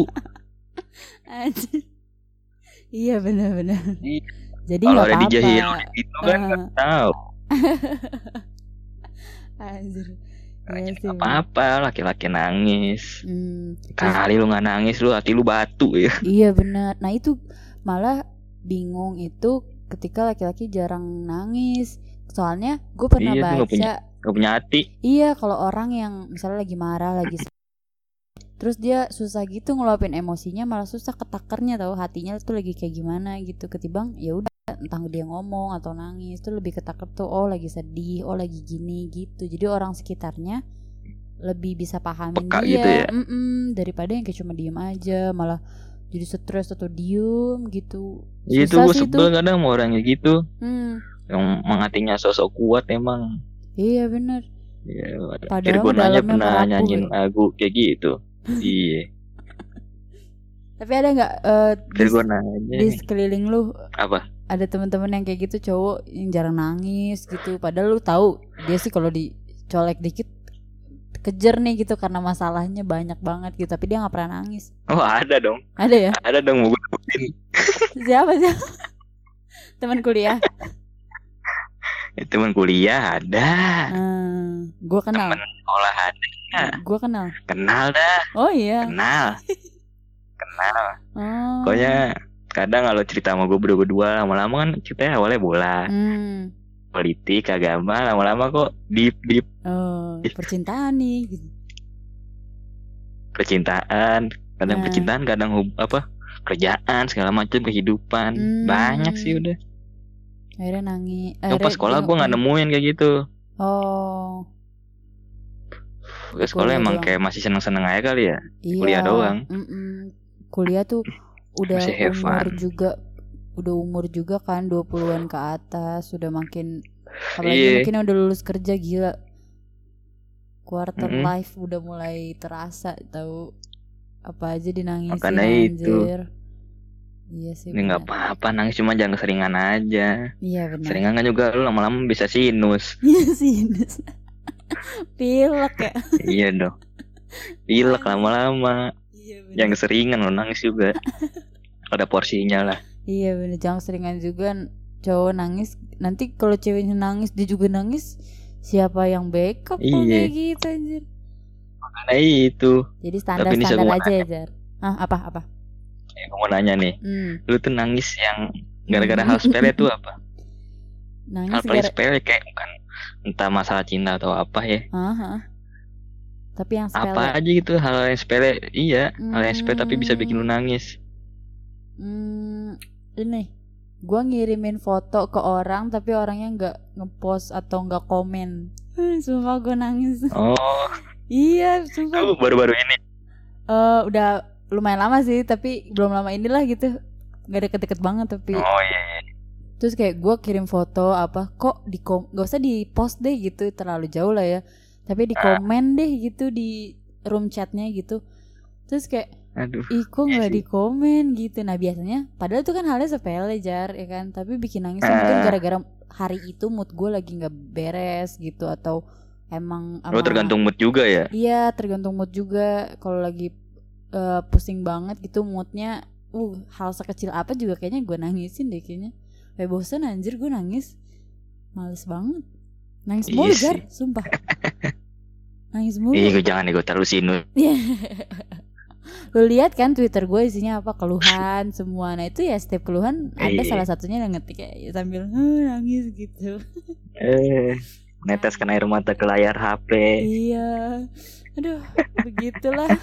Iya benar-benar. Jadi kalau ada dijahil itu kan nggak tahu. Anjir. Apa-apa, laki-laki nangis. Kali lu nggak nangis, lu hati lu batu ya. Iya benar. Nah itu malah bingung itu ketika laki-laki jarang nangis. Soalnya gue pernah baca. Gak punya hati. Iya, kalau orang yang misalnya lagi marah, lagi terus dia susah gitu ngeluapin emosinya, malah susah ketakernya, tahu hatinya tuh lagi kayak gimana gitu. Ketimbang ya udah entah dia ngomong atau nangis tuh lebih ketaker tuh, oh lagi sedih, oh lagi gini gitu. Jadi orang sekitarnya lebih bisa pahamin peka dia gitu ya? Daripada yang kayak cuma diem aja malah jadi stres atau diem gitu. Iya tuh gue sebel kadang sama orangnya gitu. Yang hatinya sosok kuat emang. Iya benar. Iya, padahal gunanya pernah nyanyiin lagu kayak gitu. Iya. Tapi ada nggak di sekeliling lu apa? Ada teman-teman yang kayak gitu, cowok yang jarang nangis gitu. Padahal lu tahu dia sih kalau dicolek dikit kejer nih gitu karena masalahnya banyak banget gitu. Tapi dia nggak pernah nangis. Oh ada dong. Ada ya? Ada dong, mau gue sebutin. Siapa? Teman kuliah? Teman kuliah ada. Gue kenal. Teman sekolah ada. Gue kenal. Kenal dah. Oh iya. Kenal. Pokoknya kadang kalau cerita sama gue berdua lama-lama kan ceritanya awalnya bola, politik, agama, lama-lama kok deep. Oh, percintaan nih. Gitu. Percintaan, kadang kerjaan segala macam, kehidupan banyak sih udah. Akhirnya nangis. Pas sekolah gue nggak nemuin kayak gitu. Oh. Ke sekolah emang kayak masih seneng-seneng aja kali ya. Iya. Kuliah doang. Kuliah tuh udah umur juga kan 20-an ke atas, sudah makin apalagi mungkin udah lulus kerja, gila. Quarter life udah mulai terasa, tahu apa aja dinangisin anjir. Iya sih. Ini nggak apa-apa nangis, cuma jangan keseringan aja. Iya benar. Seringan kan juga lu lama-lama bisa sinus. Iya sinus. Pilek ya. Iya dong. Pilek lama-lama. Iya benar. Jangan keseringan lo nangis juga. Ada porsinya lah. Iya benar, jangan seringan juga cowok nangis. Nanti kalau ceweknya nangis dia juga nangis, siapa yang backup kok kayak gitu anjir. Makanya itu. Jadi standar aja ya Jar. Apa? Gue mau nanya nih, lu tuh nangis yang gara-gara hal sepele tuh apa? Nangis hal paling sepele kayak bukan entah masalah cinta atau apa ya. Tapi yang sepele. Apa aja gitu hal yang sepele, iya, hal yang sepele tapi bisa bikin lu nangis. Ini, gue ngirimin foto ke orang tapi orangnya nggak ngepost atau nggak komen. Sumpah gue nangis. Oh. Iya, sumpah. Lu baru-baru ini. Udah lumayan lama sih, tapi belum lama inilah gitu. Gak deket-deket banget tapi. Oh iya. Terus kayak gue kirim foto apa, kok gak usah di post deh gitu, terlalu jauh lah ya. Tapi di komen deh gitu di room chatnya gitu. Terus kayak, ih kok gak di komen gitu. Nah biasanya, padahal itu kan halnya sepele Jar ya kan. Tapi bikin nangis mungkin gara-gara hari itu mood gue lagi gak beres gitu. Atau emang tergantung mood juga ya. Iya tergantung mood juga. Kalau lagi pusing banget gitu moodnya, hal sekecil apa juga kayaknya gue nangisin deh kayaknya. Kayak bosan anjir gue nangis, males banget. Nangis mulu Jar, sumpah. Nangis mulu. Gue jangan gue terlalu sinus. Lu lihat kan Twitter gue isinya apa, keluhan semua. Nah itu ya setiap keluhan ada salah satunya yang ngetik ya sambil nangis gitu. Neteskan air mata ke layar HP. Iya, aduh begitulah.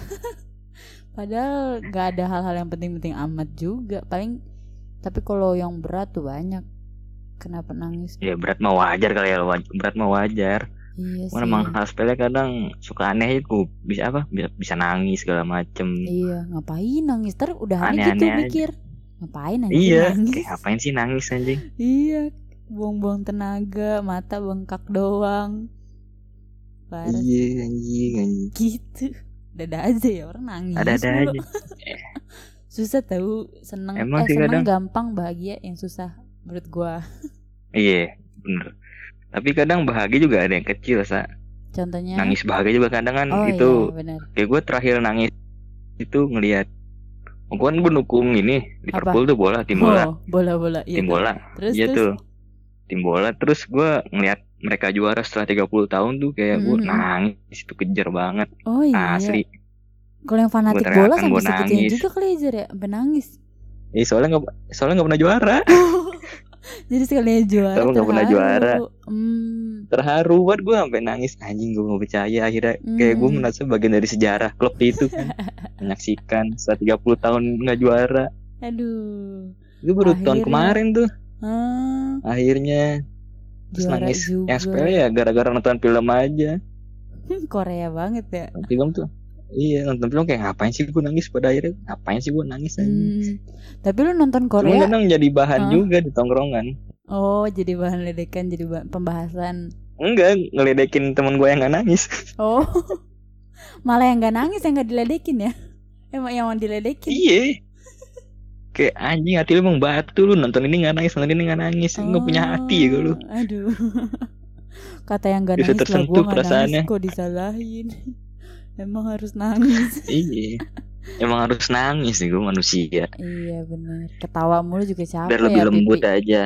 Padahal gak ada hal-hal yang penting-penting amat juga. Paling, tapi kalau yang berat tuh banyak. Kenapa nangis? Ya berat mah wajar kali ya. Berat mah wajar. Iya sih. Emang hal sepele kadang suka aneh itu. Bisa apa? Bisa nangis segala macem. Iya, ngapain nangis? Ntar udah aneh gitu mikir. Ngapain anjing iya, nangis? Kayak ngapain sih nangis anjing? Iya, buang-buang tenaga, mata bengkak doang. Parah. Iya anjing. Gitu. Dada aja ya orang nangis. Ada aja. Susah tahu seneng. Seneng gampang, bahagia yang susah menurut gua. Iya bener. Tapi kadang bahagia juga ada yang kecil sa. Contohnya nangis bahagia juga kadang kan itu. Iya, kayak gue terakhir nangis itu ngelihat. Gue kan dukung ini Liverpool tuh bola, tim bola. Bola iya. Tim bola. Iya tuh. Tim bola, terus gue ngelihat mereka juara setelah 30 tahun tuh kayak gue nangis, itu kejar banget. Oh iya. Asli. Kalau yang fanatik bola sampai segitunya juga kali ya, menangis. Soalnya nggak pernah juara. Jadi sekalinya juara. Soalnya nggak pernah juara. Terharu banget gue sampai nangis anjing, gue nggak percaya akhirnya kayak gue merasa bagian dari sejarah klub itu kan. Menyaksikan setelah 30 tahun nggak juara. Aduh. Itu baru tahun kemarin tuh. Akhirnya terus nangis juga. Yang sepele ya gara-gara nonton film aja. Korea banget ya. Film tuh. Iya, nonton film kayak ngapain sih gue nangis pada akhirnya. Ngapain sih gue nangis aja. Tapi lu nonton Korea? Cuma kadang jadi bahan juga di tongkrongan. Oh, jadi bahan ledekan, jadi pembahasan. Enggak, ngeledekin temen gue yang gak nangis. Oh. Malah yang gak nangis yang gak diledekin ya. Emang yang diledekin. Iya. Kayak anjing, hati lu emang batu, lu nonton ini gak nangis, nonton ini gak nangis. Gak punya hati ya lu. Aduh. Kata yang gak nangis lah, gue gak nangis kok disalahin. Emang harus nangis. Iya. Emang harus nangis nih gue manusia. Iya benar. Ketawa mulu juga capek. Biar lebih lembut aja.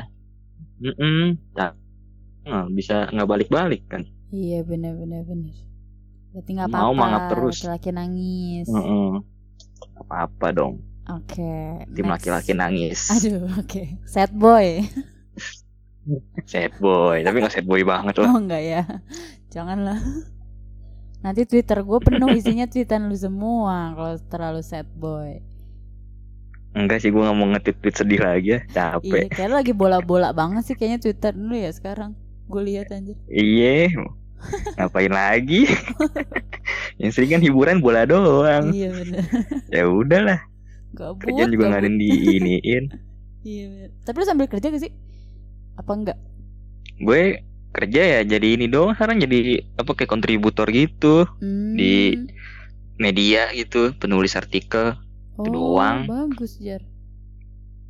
Bisa gak balik-balik kan. Iya benar. Berarti gak apa-apa. Mau mangap terus. Laki-laki nangis. Apa-apa dong. Oke. Tim laki-laki nangis. Aduh, oke. Sad boy. Sad boy, tapi gak sad boy banget loh. Oh enggak ya. Janganlah. Nanti Twitter gue penuh isinya tweetan lu semua kalau terlalu sad boy. Enggak sih, gue gak mau nge-tweet sedih lagi ya. Capek. Iya, kayak lagi bola-bola banget sih kayaknya Twitter dulu ya sekarang. Gue lihat anjir. Iya. Ngapain lagi? Yang sering kan hiburan bola doang. Iya benar. Ya udahlah. Gabut. Kerjaan juga gak ada yang diiniin. Iya benar. Tapi lu sambil kerja gak sih? Apa enggak? Gue kerja ya jadi ini doang sekarang, jadi apa kayak kontributor gitu di media gitu, penulis artikel. Oh, doang. Bagus Jar.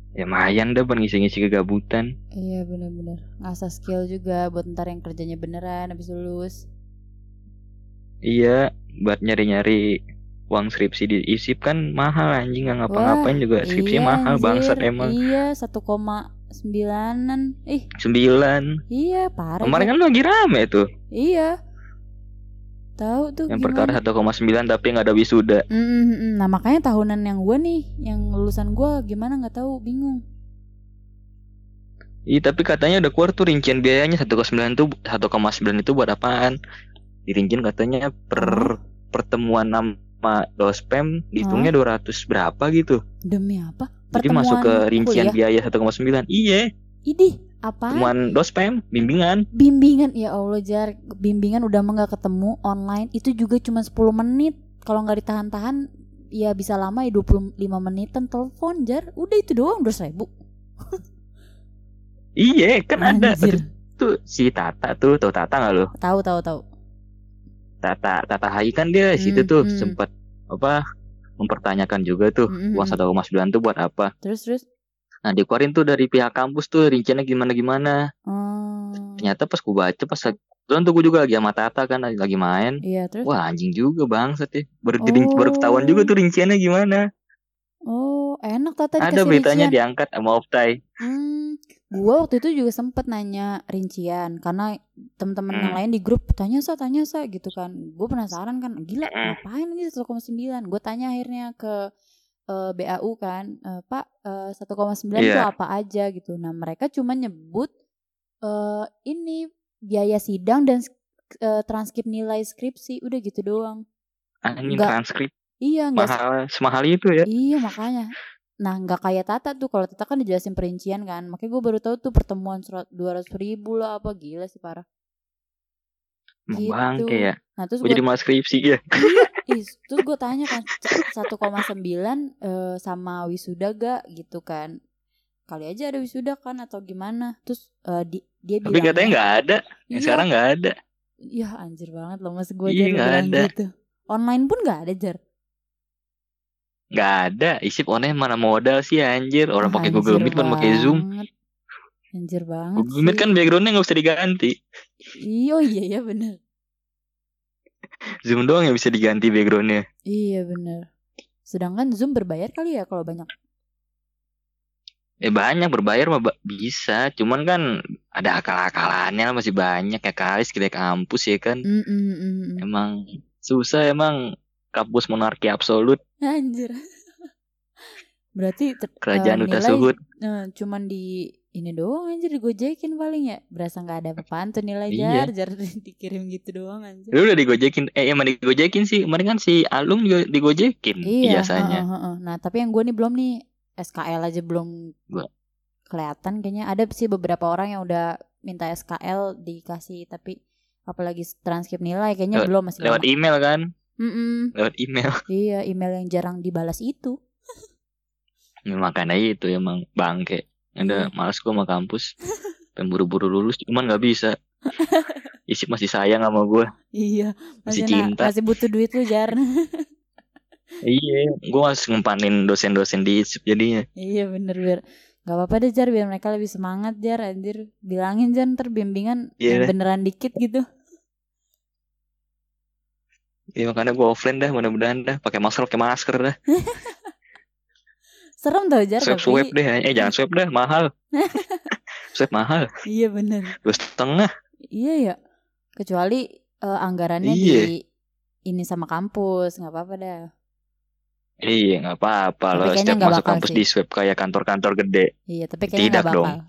Ya lumayan dah buat ngisi-ngisi kegabutan. Iya benar-benar. Ngasah skill juga buat ntar yang kerjanya beneran habis lulus. Iya, buat nyari-nyari uang skripsi di ISIP kan mahal anjing, nggak ngapa-ngapain juga skripsinya iya, mahal anjir. bangsat emang. Iya 1,9an. 9. Iya parah. Kemarin kan lagi rame tuh. Iya. Tahu tuh Yang gimana? perkara 1,9 tapi nggak ada wisuda. Nah makanya tahunan yang gue nih, yang lulusan gue gimana nggak tahu, bingung. Iya tapi katanya udah keluar tuh rincian biayanya 1,9 tuh 1,9 itu buat apaan? Dirincin katanya per pertemuan sama dospem dihitungnya 200 berapa gitu. Demi apa? Jadi masuk ke rincian biaya 1,9. Iya. Idih, apa? Pertemuan dospem, bimbingan. Bimbingan, ya Allah Jar, bimbingan udah mah gak ketemu online, itu juga cuma 10 menit. Kalau gak ditahan-tahan ya bisa lama ya 25 menitan telepon Jar. Udah itu doang 200.000. Iya kan ada Anjir. tuh si Tata tuh, tahu Tata nggak lo? Tahu. Tata Hai kan dia situ tuh sempat apa mempertanyakan juga tuh uang 1,9 tuh buat apa? Terus? Nah dikeluarin tuh dari pihak kampus tuh rinciannya gimana. Ternyata pas gue baca pas tuh gue juga lagi sama Tata kan lagi main. Iya, terus? Wah anjing juga bangsat ya. Baru ketahuan juga tuh rinciannya gimana. Oh enak Tata dikasih ada beritanya rincian. Diangkat sama Optai. Gue waktu itu juga sempet nanya rincian karena teman-teman yang lain di grup tanya sa gitu kan. Gue penasaran kan, gila ngapain ini 1,9. Gue tanya akhirnya ke BAU kan, Pak 1,9 itu apa aja gitu. Nah mereka cuma nyebut ini biaya sidang dan transkrip nilai skripsi, udah gitu doang. Ini transkrip. Iya nggak semahal itu ya. Iya makanya. Nah nggak kayak Tata tuh, kalau Tata kan dijelasin perincian kan, makanya gue baru tahu tuh pertemuan 200.000 lah, apa gila sih parah. Gitu. Bangke ya. Nah terus gue jadi mas skripsi ya. Iya, terus gue tanya kan 1,9 sama wisuda gak gitu kan, kali aja ada wisuda kan atau gimana. Terus dia bilang, tapi katanya nggak ada. Sekarang nggak ada. Iya anjir banget loh mas gue jadi bilang ada. Gitu. Online pun nggak ada Jar. Nggak ada. ISIP online mana modal sih anjir. Orang pakai Google Meet pun pakai Zoom. Anjir banget. Google Meet kan backgroundnya nggak bisa diganti. Iya benar. Zoom doang yang bisa diganti backgroundnya. Iya benar. Sedangkan Zoom berbayar kali ya kalau banyak. Banyak berbayar mah bisa. Cuman kan ada akal-akalannya masih banyak ya kali sekitar kampus ya kan. Emang susah emang. Kampus monarki absolut. Anjir. Berarti kerajaan udah suhud. Cuman di ini doang anjir, digojekin paling ya. Berasa gak ada apa-apaan tuh nilai jar dikirim gitu doang anjir. Lu udah digojekin. Emang digojekin sih. Kemarin kan si Alung juga digojekin. Iya biasanya. Nah tapi yang gue nih belum nih. SKL aja belum kelihatan kayaknya. Ada sih beberapa orang yang udah minta SKL dikasih, tapi apalagi transkrip nilai kayaknya belum, masih lewat lama. Email kan. Lewat email. Iya, email yang jarang dibalas itu. Makanya itu emang bangke. Ada malas gue sama kampus. Pengen buru-buru lulus cuman gak bisa. ISIP masih sayang sama gue. Iya, masih cinta. Masih butuh duit lu Jar. Iya, gue harus ngempanin dosen-dosen di ISIP jadinya. Iya bener. Gak apa-apa deh Jar, biar mereka lebih semangat Jar. Anjir, bilangin Jar ntar bimbingan yang beneran dikit gitu. Iya makanya gue offline dah, mudah-mudahan dah pakai masker dah. Serem tau Jar. Swab deh, jangan swab dah, mahal. Swab mahal. Iya bener. 2,5. Iya ya. Kecuali anggarannya di ini sama kampus, nggak apa-apa dah. Iya nggak apa-apa loh. Setiap masuk kampus di swab kayak kantor-kantor gede. Iya tapi kayaknya nggak bakal. Dong.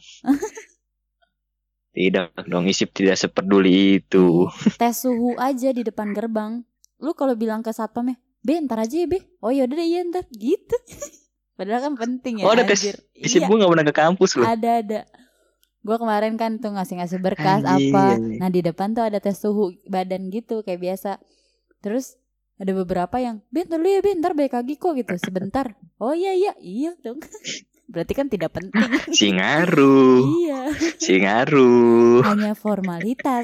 Tidak dong, ISIP tidak sepeduli itu. Tes suhu aja di depan gerbang. Lu kalau bilang ke satpamnya, "Be, ntar aja ya, Be." "Oh yaudah deh, iya ntar." Gitu. Padahal kan penting ya. Oh ada tes. ISIP gue gak pernah ke kampus loh. Ada. Gue kemarin kan tuh ngasih berkas apa. Nah di depan tuh ada tes suhu badan gitu kayak biasa. Terus ada beberapa yang, "Be, ntar lu ya Be, ntar balik lagi kok," gitu. Sebentar. "Oh iya dong." Berarti kan tidak penting. Si ngaruh. Iya. Si ngaruh. Hanya formalitas.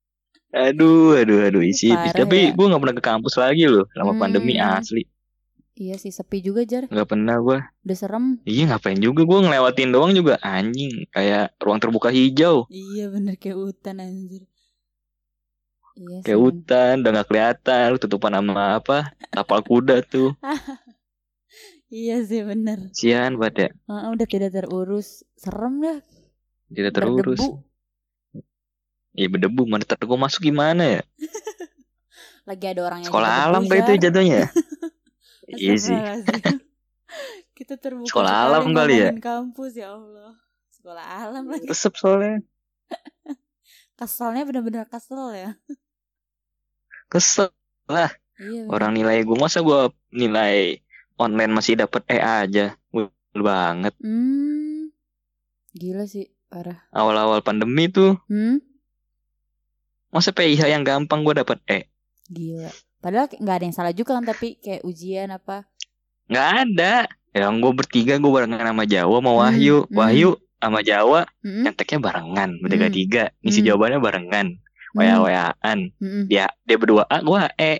Aduh ISIP. Tapi gue gak pernah ke kampus lagi loh selama pandemi asli. Iya sih, sepi juga Jar. Nggak pernah gue. Udah serem. Iya ngapain juga gue ngelewatin doang juga anjing. Kayak ruang terbuka hijau. Iya bener, kayak hutan anjir. Iya sih Kayak hutan udah gak kelihatan. Lu tutupan sama apa? Tapal kuda tuh. Iya sih bener. Sian banget ya. Udah tidak terurus. Serem dah. Tidak terurus. Iya berdebu. Mana gue masuk gimana ya? Lagi ada orang yang sekolah alam kayak itu jatuhnya. Iya sih. Kita terbuka sekolah sekali alam kali ya. Kampus ya Allah. Sekolah alam lagi. Resep soalnya. Keselnya benar-benar kesel ya. Kesel lah. Iya, orang nilai gue, masa gue nilai online masih dapat E aja. Gila banget. Gila sih, parah. Awal-awal pandemi tuh. Masa PIH yang gampang gue dapat E. Gila. Padahal nggak ada yang salah juga kan, tapi kayak ujian apa? Nggak ada. Yang gue bertiga, gue barengan sama Jawa, sama Wahyu. Wahyu sama Jawa, nyeteknya barengan, bertiga-tiga. Ngisi jawabannya barengan. Waya-wayaan. Dia berdua A, gue E.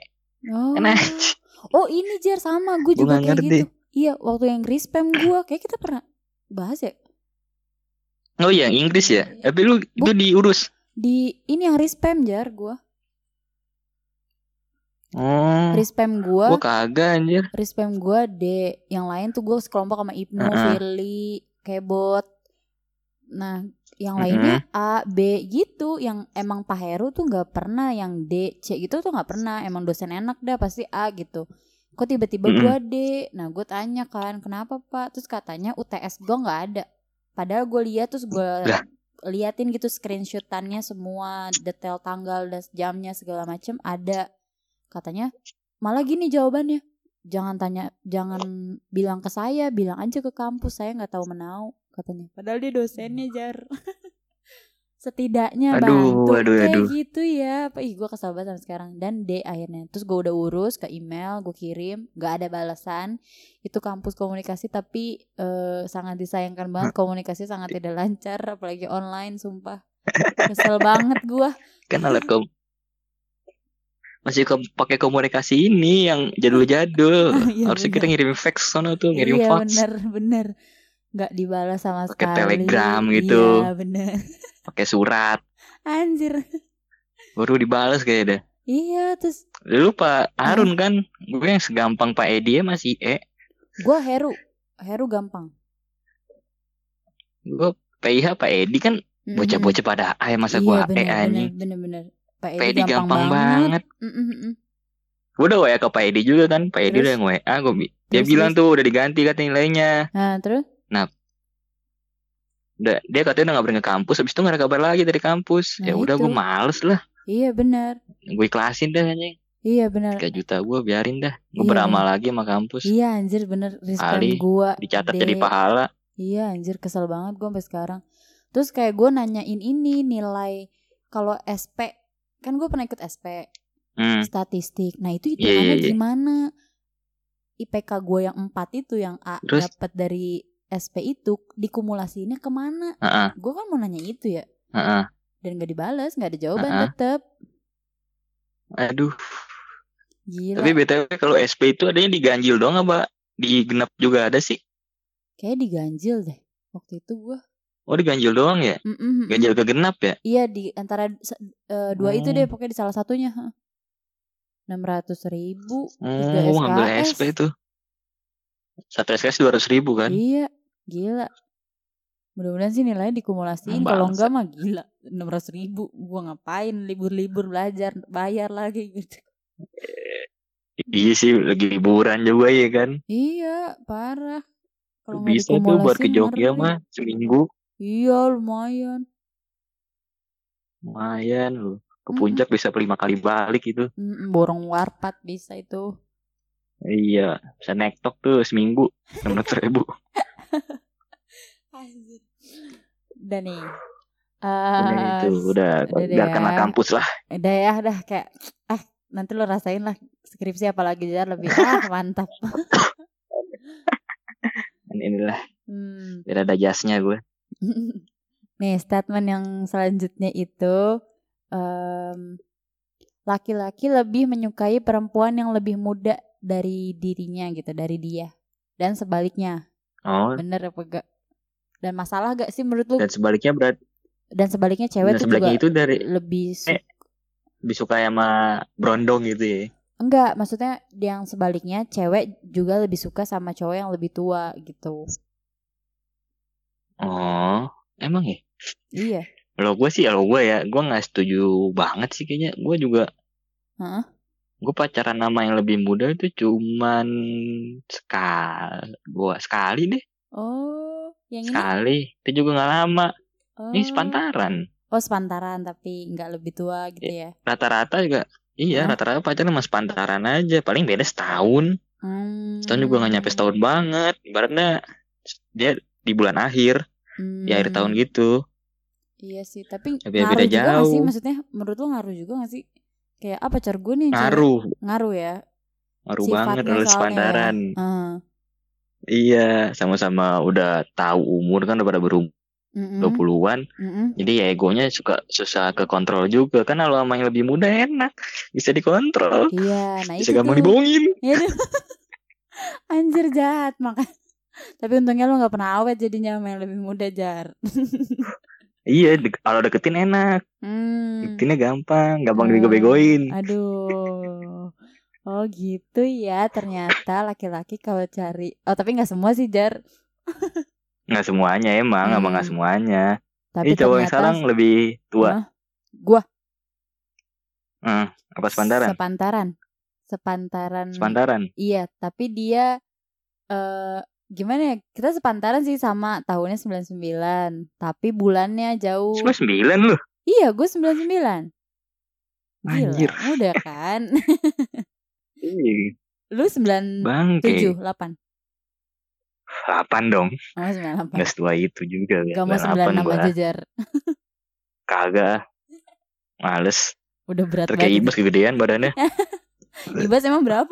Oh ini Jer, sama gue juga kayak gitu. Iya, waktu yang Rispem gue kayak kita pernah bahas ya. Oh iya, Inggris ya. Tapi lu itu diurus di ini yang Rispem Jar gue. Rispem gue kagak anjir. Rispem gue D. Yang lain tuh gue sekelompok sama Ibnu, Firly, Kebot. Nah yang lainnya A, B gitu. Yang emang Pak Heru tuh gak pernah. Yang D, C gitu tuh gak pernah. Emang dosen enak dah pasti A gitu. Kok tiba-tiba gue D. Nah gue tanya kan, kenapa Pak? Terus katanya UTS gue gak ada. Padahal gue lihat, terus gue liatin gitu screenshotannya semua, detail tanggal dan jamnya segala macem ada. Katanya malah gini jawabannya, jangan bilang ke saya, bilang aja ke kampus, saya nggak tahu menau katanya. Padahal dia dosennya Jar. Setidaknya bantu kayak gitu ya. Gue kesal banget sampai sekarang. Dan D akhirnya. Terus gue udah urus ke email, gue kirim, nggak ada balasan. Itu kampus komunikasi, tapi sangat disayangkan banget, komunikasi sangat tidak lancar, apalagi online, sumpah. Kesel banget gue. Kan alat masih pakai komunikasi ini yang jadul-jadul. Harusnya kita ngirim fax sana tuh, ngirim fax. Iya bener. Nggak dibalas sama sekali. Pakai telegram gitu. Iya bener. Pakai surat. Anjir. Baru dibalas kayaknya. Iya terus. Dulu Pak Harun kan, gue yang segampang Pak Edi masih E. Gue Heru gampang. Gue PIH Pak Edi kan bocah-bocah pada A, masa gue E anjing. Bener. Pak Edi gampang banget. Gue udah WA ke Pak Edi juga kan. Pak Edi udah yang WA. Dia bilang tuh udah diganti katanya nilainya. Terus? Nah, dia katanya udah gak berani ke kampus. Habis itu gak ada kabar lagi dari kampus. Ya udah gue males lah. Iya benar. Gue ikhlasin dah anjing. Iya benar. 3 juta gue biarin dah. Gue beramal lagi sama kampus. Iya anjir bener. Respect gue dicatat jadi pahala. Iya anjir, kesel banget gue sampai sekarang. Terus kayak gue nanyain ini nilai. Kalau SP, kan gue pernah ikut SP statistik. Nah itu hitungannya gimana? IPK gue yang 4 itu, yang A dapat dari SP itu, dikumulasinya kemana? Gue kan mau nanya itu ya. Dan gak dibalas, gak ada jawaban tetep. Aduh. Gila. Tapi BTW kalau SP itu adanya diganjil doang apa digenap juga ada sih? Kayaknya diganjil deh waktu itu gue. Oh diganjil doang ya? Ganjil ke genap ya? Iya, di antara dua itu deh, pokoknya di salah satunya. 600.000 3 SKS. Ngambil SP itu 1 SKS 200.000 kan? Iya, gila. Mudah-mudahan sih nilainya dikumulasiin. Kalau enggak mah gila, 600.000 gue ngapain libur-libur belajar, bayar lagi gitu. Iya sih, lagi liburan juga ya kan? Iya, parah. Kalau bisa tuh buat ke Jogja mah seminggu. Iya, lumayan loh. Ke puncak bisa 5 kali balik itu. Borong warpat bisa itu. Iya, bisa nektok tuh seminggu 600.000. Udah nih. Itu udah gak kena kampus lah. Udah kayak nanti lo rasain lah skripsi apalagi Jar lebih mantap. Inilah biar ada jasnya gue. Nih statement yang selanjutnya itu, laki-laki lebih menyukai perempuan yang lebih muda dari dirinya gitu, dari dia. Dan sebaliknya. Oh. Bener apa enggak? Dan masalah gak sih menurut lu? Dan sebaliknya berarti. Dan sebaliknya cewek Dan tuh sebaliknya juga itu dari lebih lebih suka sama brondong gitu ya. Enggak, maksudnya yang sebaliknya cewek juga lebih suka sama cowok yang lebih tua gitu. Oh, emang ya? Iya. Kalau gue nggak setuju banget sih kayaknya. Gue juga. Heeh. Gue pacaran sama yang lebih muda itu cuman sekali deh. Oh, yang ini? Sekali. Itu juga nggak lama. Ini Oh. sepantaran. Oh, sepantaran tapi nggak lebih tua gitu ya. Rata-rata juga. Iya, Hah? rata-rata pacaran sama sepantaran aja. Paling beda setahun. Setahun juga nggak nyampe setahun banget. Ibaratnya dia di bulan akhir. Di akhir tahun gitu. Iya sih, tapi Beda ngaruh juga gak sih? jauh. Maksudnya menurut lo ngaruh juga gak sih? Kayak pacar gue nih cewek. Ngaruh ya. Ngaruh banget Sifatnya kalau soalnya sepantaran. ya. Iya, sama-sama udah tahu umur kan, udah pada berumur 20-an. Jadi ya egonya suka susah ke kontrol juga. Kan kalau sama yang lebih muda enak, bisa dikontrol. Iya, nah bisa itu gampang tuh dibohongin. Anjir jahat makanya. Tapi untungnya lo gak pernah awet jadinya sama yang lebih muda, Jar. Iya, kalau deketin enak. Deketinnya gampang dibego-begoin. Aduh. Oh gitu ya, ternyata laki-laki kalau cari. Oh tapi gak semua sih, Jar. Nggak semuanya emang nggak semuanya. Tapi Ini cowok yang sekarang lebih tua. Gua. Apa sepantaran? Sepantaran. Iya, tapi dia gimana ya? Kita sepantaran sih, sama tahunnya 99, tapi bulannya jauh. 99 loh. Iya, gue 99. Gila, anjir. Muda kan? Iya. Lu 97, 8. 8 dong. Oh, 98. Nggak setua itu juga. Gak mau 96 aja, Jar. Kagak. Males. Udah berat banget. Kayak Ibas kegedean badannya. Ibas emang berapa?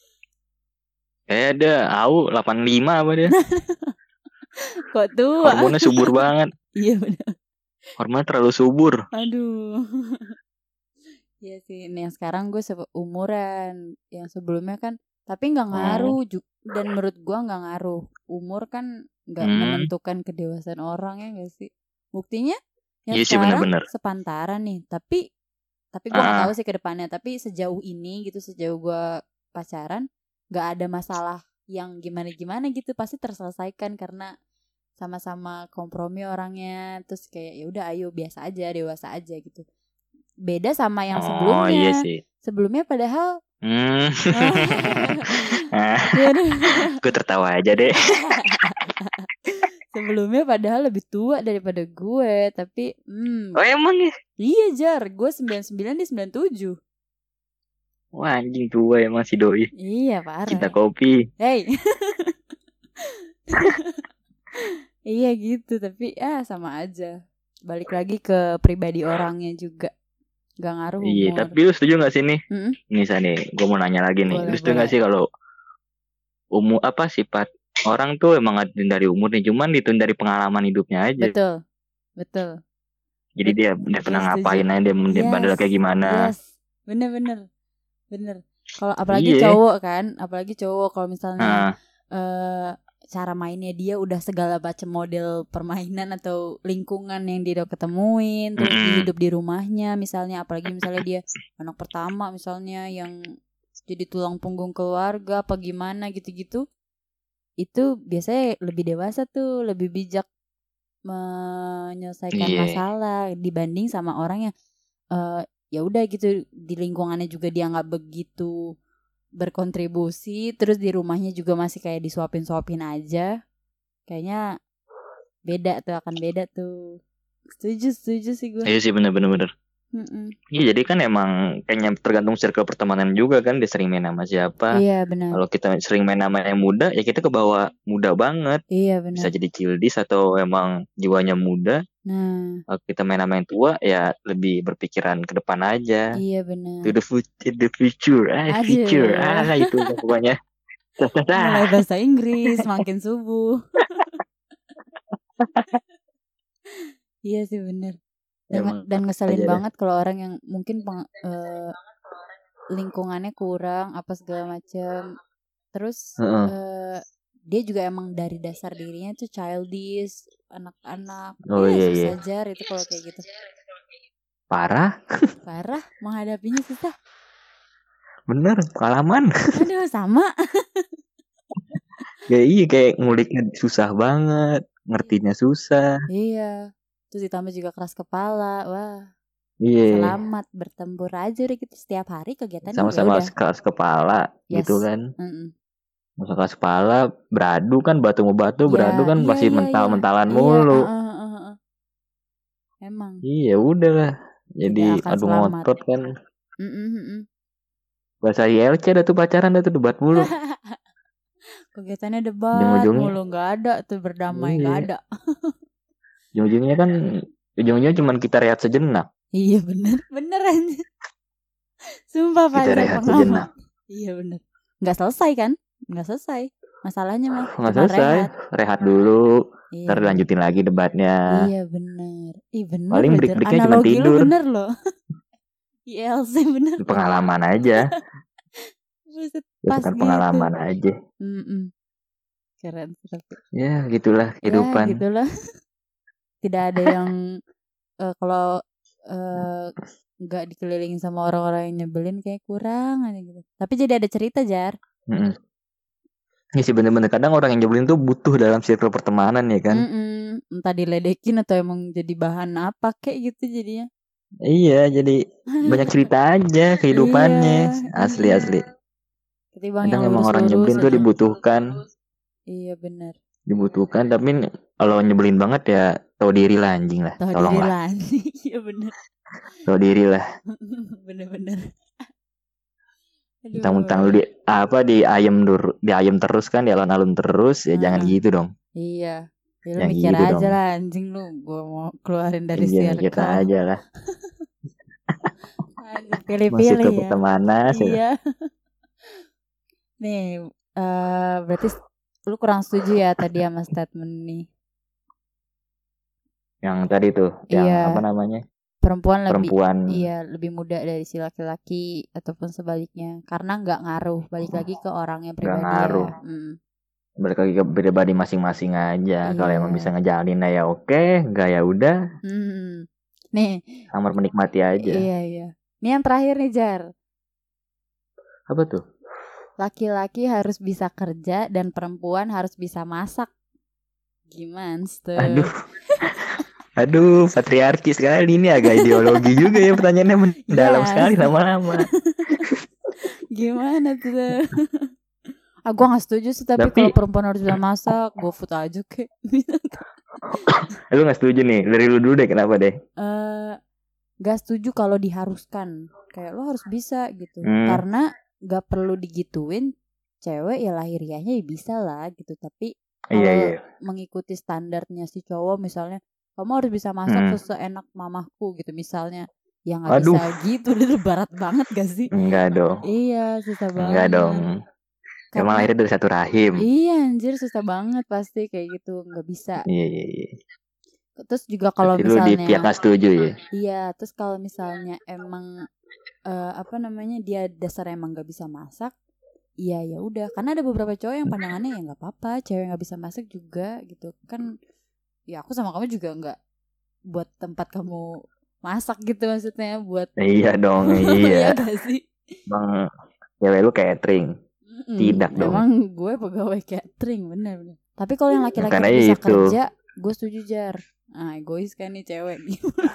Ada 85 apa dia. Kok tua? Hormonnya subur banget. Iya benar. Hormonnya terlalu subur. Aduh. Iya sih, nih yang sekarang gue umuran. Yang sebelumnya kan, tapi gak ngaruh. Dan menurut gue gak ngaruh. Umur kan gak menentukan kedewasaan orang, ya gak sih? Buktinya yang sekarang bener. Sepantaran nih. Tapi gue gak tahu sih ke depannya. Tapi sejauh ini gitu, sejauh gue pacaran, gak ada masalah yang gimana-gimana gitu. Pasti terselesaikan karena sama-sama kompromi orangnya. Terus kayak ya udah ayo biasa aja, dewasa aja gitu. Beda sama yang sebelumnya. Iya sih. Sebelumnya padahal gue tertawa aja deh. Sebelumnya padahal lebih tua daripada gue. Tapi Oh emang ya? Iya Jar, gue 99, dia 97. Wah anjing tua emang si doi. Iya parah. Cinta kopi. Hey. Iya gitu. Tapi sama aja. Balik lagi ke pribadi orangnya juga. Gak ngaruh umur. Iya, tapi lu setuju gak sih nih? Nih, gue mau nanya lagi nih. Lu setuju gak sih kalau umur sifat orang tuh emang gak dari umur nih, cuman ditun dari pengalaman hidupnya aja. Betul. Jadi dia pernah ngapain aja, dia bandel kayak gimana. Yes, bener. Kalau apalagi cowok kan, kalau misalnya cara mainnya dia udah segala macam model permainan atau lingkungan yang dia udah ketemuin, terus hidup di rumahnya misalnya, apalagi misalnya dia anak pertama misalnya yang jadi tulang punggung keluarga apa gimana gitu-gitu, itu biasanya lebih dewasa tuh, lebih bijak menyelesaikan masalah dibanding sama orang yang ya udah gitu di lingkungannya juga dia nggak begitu berkontribusi, terus di rumahnya juga masih kayak disuapin aja. Kayaknya akan beda tuh. Setuju sih gue. Iya sih bener. Iya jadi kan emang kayaknya tergantung circle pertemanan juga kan, dia sering main sama siapa. Iya benar. Kalau kita sering main sama yang muda, ya kita kebawa muda banget. Iya benar. Bisa jadi childish atau emang jiwanya muda. Nah, kalau kita main sama yang tua ya lebih berpikiran ke depan aja. Iya benar. To the future, future, itu pokoknya. Mulai bahasa Inggris makin subuh. Iya sih benar. Dan ngeselin banget kalau orang yang mungkin lingkungannya kurang apa segala macam. Terus dia juga emang dari dasar dirinya tuh childish, anak-anak. Oh iya susah jar itu kalau kayak gitu. Parah menghadapinya susah. Bener, pengalaman. Aduh sama. Ya iya, kayak nguliknya susah banget, ngertinya susah. Iya. Terus ditambah juga keras kepala. Wah. Iya. Selamat bertempur aja udah gitu setiap hari kegiatannya. Sama-sama keras kepala gitu kan. Masa keras kepala, beradu kan, batu mau batu, beradu kan pasti mental-mentalan mulu. Emang. Iya udahlah. Jadi adu ngotot kan. Bahasa ILC dah tuh pacaran dah tuh debat mulu. Kegiatannya debat mulu, nggak ada tuh berdamai, nggak ada. Ujung-ujungnya kan, cuma kita rehat sejenak. Iya bener aja. Sumpah kita rehat sejenak. Iya bener. Nggak selesai kan? Nggak selesai. Masalahnya mah nggak selesai. Rehat dulu. Ntar lanjutin lagi debatnya. Iya bener. Bener. Paling break-breaknya cuma tidur. Bener loh. ILC bener. Pengalaman aja. Bukan pengalaman aja. Keren. Ya gitulah kehidupan. Ya, gitulah. Tidak ada yang kalau nggak dikelilingin sama orang-orang yang nyebelin kayak kurang aja gitu. Tapi jadi ada cerita Jar. Ya sih bener-bener kadang orang yang nyebelin tuh butuh dalam circle pertemanan ya kan. Entah diledekin atau emang jadi bahan apa kayak gitu jadinya. Iya jadi banyak cerita aja kehidupannya. Asli. Kadang emang orang nyebelin tuh dibutuhkan. Iya benar. Dibutuhkan, tapi kalau nyebelin banget ya tahu diri lah anjing lah. Tolonglah. Iya benar. Tahu diri lah. Bener-bener. Mentang-mentang lu di ayam terus kan, di alun-alun terus ya jangan gitu dong. Iya. Ya, lu mikir gitu aja dong. Lah anjing lu, gua mau keluarin dari circle. Iya, kita aja lah. Pilih-pilih ya. Pertemanan. Iya. Nih, berarti lu kurang setuju ya tadi sama statement nih. Yang tadi tuh, yang apa namanya? Perempuan lebih muda dari si laki-laki ataupun sebaliknya, karena nggak ngaruh, balik lagi ke orangnya pribadi. Nggak ngaruh. Balik lagi ke pribadi masing-masing aja. Kalau emang bisa ngejalanin ya oke, nggak ya udah. Nih, samar menikmati aja. Iya. Ini yang terakhir nih Jar. Apa tuh? Laki-laki harus bisa kerja dan perempuan harus bisa masak. Gimana tuh? Aduh, patriarki sekali ini, agak ideologi juga ya pertanyaannya mendalam sekali lama-lama. Gimana tuh? Gue gak setuju sih, tapi kalau perempuan harus bisa masak, gue food aja kayak. Lu gak setuju nih? Dari lu dulu deh, kenapa deh? Gak setuju kalau diharuskan. Kayak lo harus bisa gitu. Karena gak perlu digituin, cewek ya lahiriahnya ya bisa lah gitu. Tapi kalau mengikuti standarnya si cowok misalnya, kamu harus bisa masak seenak mamahku gitu misalnya. Ya gak bisa gitu, itu berat banget gak sih? Enggak dong. Iya, susah banget. Enggak dong. Emang lahirnya dari satu rahim. Iya anjir, susah banget pasti kayak gitu, gak bisa. Iya. Terus juga kalau misalnya lu di pihak gak setuju ya? Iya, terus kalau misalnya emang dia dasar emang gak bisa masak, iya ya udah, karena ada beberapa cowok yang pandangannya ya nggak apa-apa, cewek nggak bisa masak juga gitu kan. Ya aku sama kamu juga nggak buat tempat kamu masak gitu maksudnya, buat iya dong. Iya. Iya gak sih? Bang, cewek lu catering. Tidak dong. Emang gue pegawai catering bener. Tapi kalau yang laki-laki bisa kerja, gue setuju Jar. Nah, egois kan nih cewek.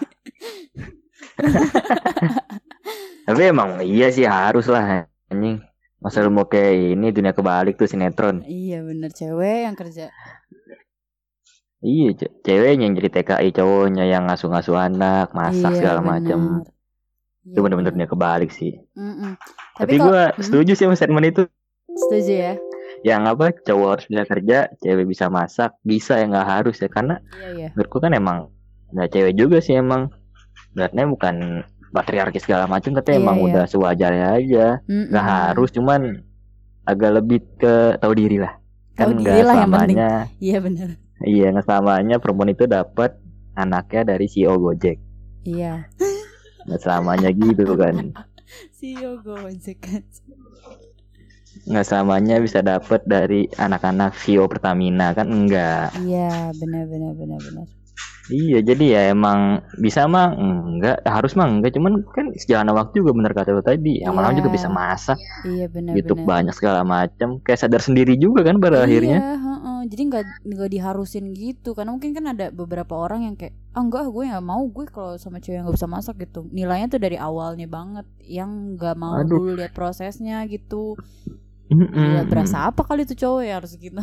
Tapi emang iya sih harus lah anjing. Masa lu mau kayak ini dunia kebalik tuh sinetron. Iya bener, cewek yang kerja. Iya, ceweknya yang jadi TKI, cowoknya yang ngasuh-ngasuh anak, masak segala macam. Itu bener-bener dunia kebalik sih. Tapi gue setuju sih sama statement itu. Setuju ya? Yang apa, cowok harus bisa kerja, cewek bisa masak, bisa ya nggak harus ya, karena menurutku kan emang nggak cewek juga sih emang. Beratnya bukan patriarki segala macam, tapi emang udah sewajarnya aja. Nggak harus, cuman agak lebih ke tahu diri lah. Kan nggak selamanya. Iya benar. Iya, nggak selamanya perempuan itu dapat anaknya dari CEO Gojek. Iya. Nggak selamanya gitu kan. CEO Gojek kan. Nggak selamanya bisa dapet dari anak-anak CEO Pertamina kan, enggak. Iya, benar. Iya, jadi ya emang bisa mah enggak, harus mah enggak, cuman kan sejalan waktu juga bener kata lo tadi, yang malam juga bisa masak, Iya benar. YouTube banyak segala macam, kayak sadar sendiri juga kan pada akhirnya. Jadi nggak diharusin gitu, karena mungkin kan ada beberapa orang yang kayak enggak, gue nggak mau, gue kalau sama cewek yang nggak bisa masak gitu, nilainya tuh dari awalnya banget, yang nggak mau dulu lihat prosesnya gitu. Gila, berasa apa kali tuh cowok ya harus gitu.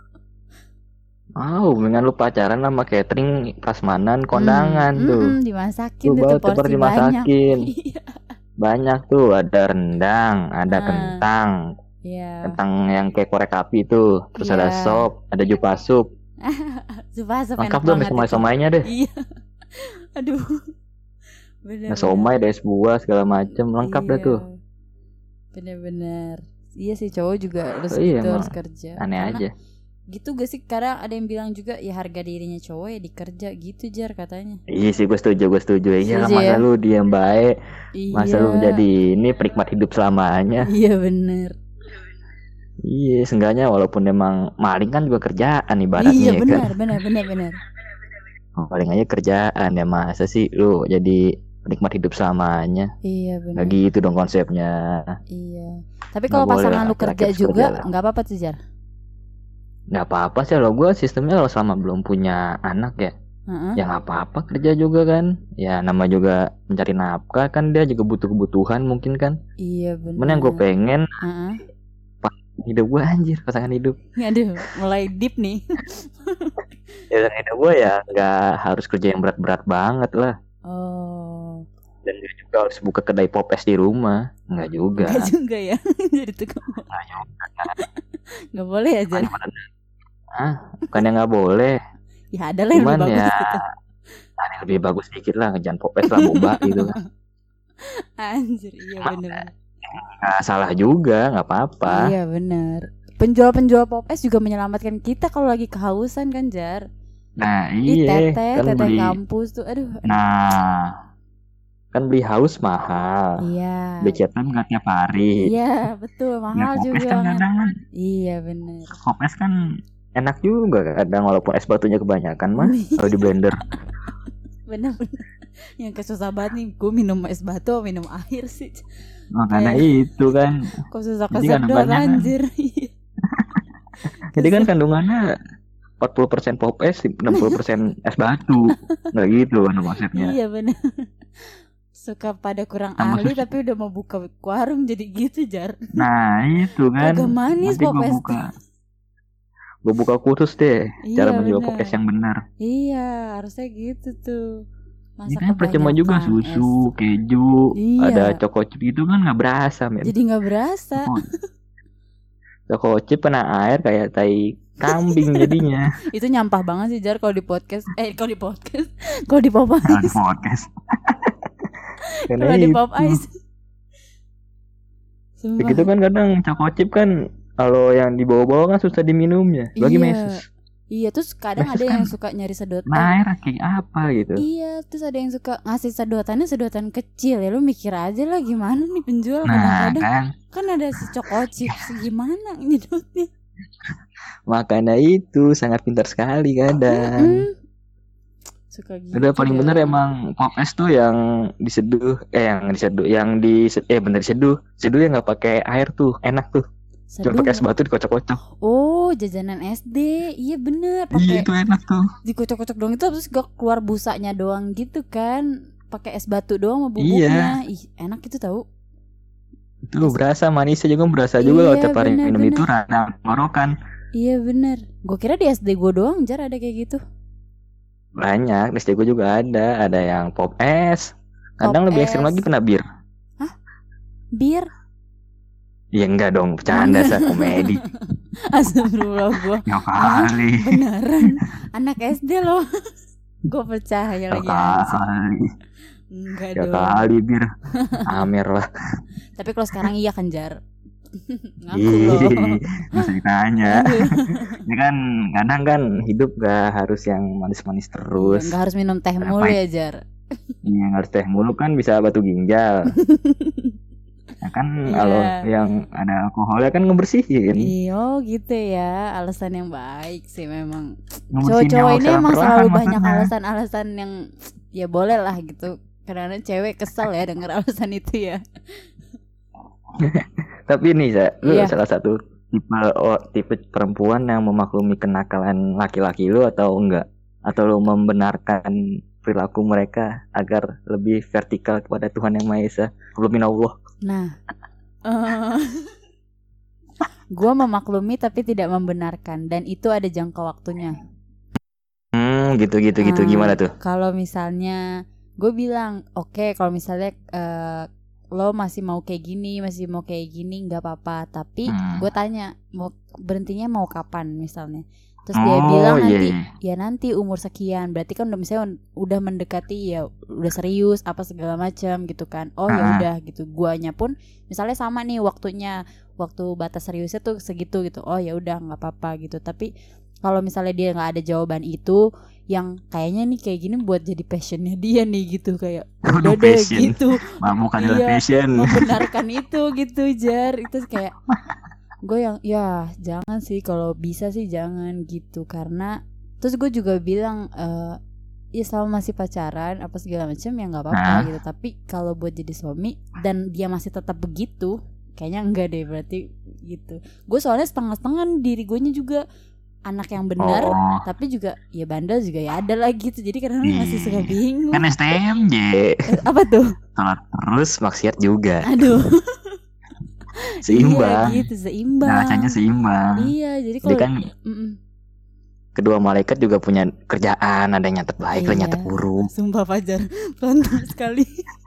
Dengan lu pacaran sama catering prasmanan kondangan tuh. Dimasakin tuh porsi banyak. Banyak tuh, ada rendang, ada kentang. Kentang yang kayak korek api tuh. Terus ada sop, ada jupa sup. Lengkap tuh sama somainya deh. Iya. Aduh. Nah, somai, ada es buah segala macem, lengkap dah tuh. Bener-bener. Iya sih, cowok juga harus gitu, harus kerja. Aneh karena aja. Gitu gak sih? Karena ada yang bilang juga ya harga dirinya cowok ya dikerja gitu, Jar, katanya. Iya sih, gue setuju. Iya, masa lu diam baik, masa lu jadi ini penikmat hidup selamanya. Iya bener. Iya, seenggaknya walaupun emang maling kan juga kerjaan ibaratnya. Iya benar. Paling aja kerjaan ya, masa sih lu jadi penikmat hidup selamanya. Iya benar. Gak gitu dong konsepnya. Iya. Tapi kalau pasangan lu kerja juga nggak apa-apa sih, Jar? Nggak apa-apa sih, kalau gue sistemnya kalau selama belum punya anak ya, ya nggak apa-apa kerja juga kan. Ya nama juga mencari nafkah kan, dia juga butuh kebutuhan mungkin kan. Iya benar. Cuman yang gue pengen hidup gue pasangan hidup. Aduh, mulai deep nih. Ya hidup gue ya nggak harus kerja yang berat-berat banget lah. Oh. Dan dia juga harus buka kedai popes di rumah. Nggak juga ya. Jadi tukang. Nggak boleh aja. Bukan yang nggak boleh. Ya ada lah yang lebih bagus gitu. Ada yang lebih bagus dikit lah, jangan popes lah, boba gitu kan. Anjir, iya benar. Nggak salah juga, nggak apa-apa. Iya benar. Penjual popes juga menyelamatkan kita kalau lagi kehausan kan, Jar. Nah iya, teteh kampus tuh, aduh. Nah, kan beli haus mahal. Iya. Beli cetan nggak tiap hari. Iya betul, mahal ya, juga. Kan kadang, iya benar. Popes kan enak juga kadang, walaupun es batunya kebanyakan mah kalau di blender. Bener. Yang kesusah banget nih, gue minum es batu minum air sih. Makanya itu kan. Kok susah kesedot anjir. Jadi kan kandungannya 40% popes, 60% es batu. Nggak gitu kan maksudnya. Iya benar. Suka pada kurang ahli tapi udah mau buka warung jadi gitu, Jar. Nah itu kan. Agak manis popes. Gue buka kursus deh, cara menjual popes yang benar. Iya, harusnya gitu tuh. Ini kan percuma juga susu, keju, ada choco chip itu kan nggak berasa, men. Jadi nggak berasa. Choco chip kena air kayak tai kambing jadinya. Itu nyampah banget sih, Jar, kalau di podcast. Kalau di pop ice. Kalau di pop ice. Begitu kan kadang choco chip kan kalau yang dibawa-bawa kan susah diminumnya, bagi mesus. Iya, terus kadang ada yang suka nyari sedotan. Air kayak apa gitu. Iya, terus ada yang suka ngasih sedotan kecil. Ya lu mikir aja lah gimana nih penjual kadang-kadang. Kan ada si choco chips, gimana nyedotnya. Makanya itu sangat pintar sekali kadang. Suka gitu. Udah paling bener emang popes tuh yang diseduh, seduh yang nggak pakai air tuh enak tuh. Cuma pakai es batu dikocok-kocok. Oh, jajanan SD. Iya bener. Iya itu enak tuh. Dikocok-kocok doang itu, terus gak keluar busanya doang gitu kan. Pakai es batu doang sama bubuknya. Ih, enak itu tahu. Itu berasa manisnya juga, berasa juga kalau tiap hari minum itu rada ngorokan. Iya bener. Gue kira di SD gue doang, Jar, ada kayak gitu. Banyak, di SD gue juga ada. Ada yang pop es. Kadang lebih ekstrim lagi pernah bir. Hah? Bir? Ya enggak dong, bercanda saya komedi. Astagfirullah gue. Ya kali. Beneran, anak SD loh. Gue percaya lagi. Kali. Enggak dong. Ya kali bir. Amer lah. Tapi kalau sekarang iya kan, Jar. Ngaku loh. Nggak usah ditanya. Ini kan kadang kan hidup gak harus yang manis-manis terus. Gak harus minum teh mulu ya, Jar. Iya, harus teh mulu kan bisa batu ginjal. Kan kalau yang ada alkoholnya kan ngebersihin. Iya gitu ya, alasan yang baik sih memang. Ngebersihin Cowok-cowok yang ini salah emang perlahan selalu banyak maksudnya. alasan-alasan yang ya boleh lah gitu. Karena cewek kesel ya denger alasan itu ya. Tapi nih, lu Iya. salah satu tipe perempuan yang memaklumi kenakalan laki-laki lu atau enggak? Atau lu membenarkan perilaku mereka agar lebih vertikal kepada Tuhan Yang Maha Esa? Allah. Nah, gue memaklumi tapi tidak membenarkan, dan itu ada jangka waktunya. Gitu gimana tuh? Kalau misalnya gue bilang oke, kalau misalnya lo masih mau kayak gini nggak apa-apa, tapi gue tanya mau berhentinya mau kapan misalnya, terus dia bilang nanti ya nanti umur sekian, berarti kan udah misalnya udah mendekati ya udah serius apa segala macam gitu kan. Oh ya udah gitu, guanya pun misalnya sama nih waktu batas seriusnya tuh segitu gitu. Oh ya udah nggak apa-apa gitu. Tapi kalau misalnya dia nggak ada jawaban itu yang kayaknya nih kayak gini buat jadi passionnya dia nih gitu, kayak udah deh gitu, passion membenarkan itu gitu Jar, itu kayak gue yang ya jangan sih, kalau bisa sih jangan gitu. Karena terus gue juga bilang ya selama masih pacaran apa segala macam ya nggak apa-apa gitu, tapi kalau buat jadi suami dan dia masih tetap begitu kayaknya enggak deh, berarti gitu. Gue soalnya setengah-setengah diri gue nya juga anak yang benar, tapi juga ya bandel juga ya ada lagi gitu. Jadi kadang-kadang masih suka bingung. Kan STMJ. Apa tuh? Salat terus maksiat juga. Aduh. Seimbang. Iya gitu, seimbang. Rasanya seimbang. Iya, jadi kalau kan kedua malaikat juga punya kerjaan, ada yang nyatet baik, ada yang nyatet buruk. Sumpah Fajar, berantem sekali.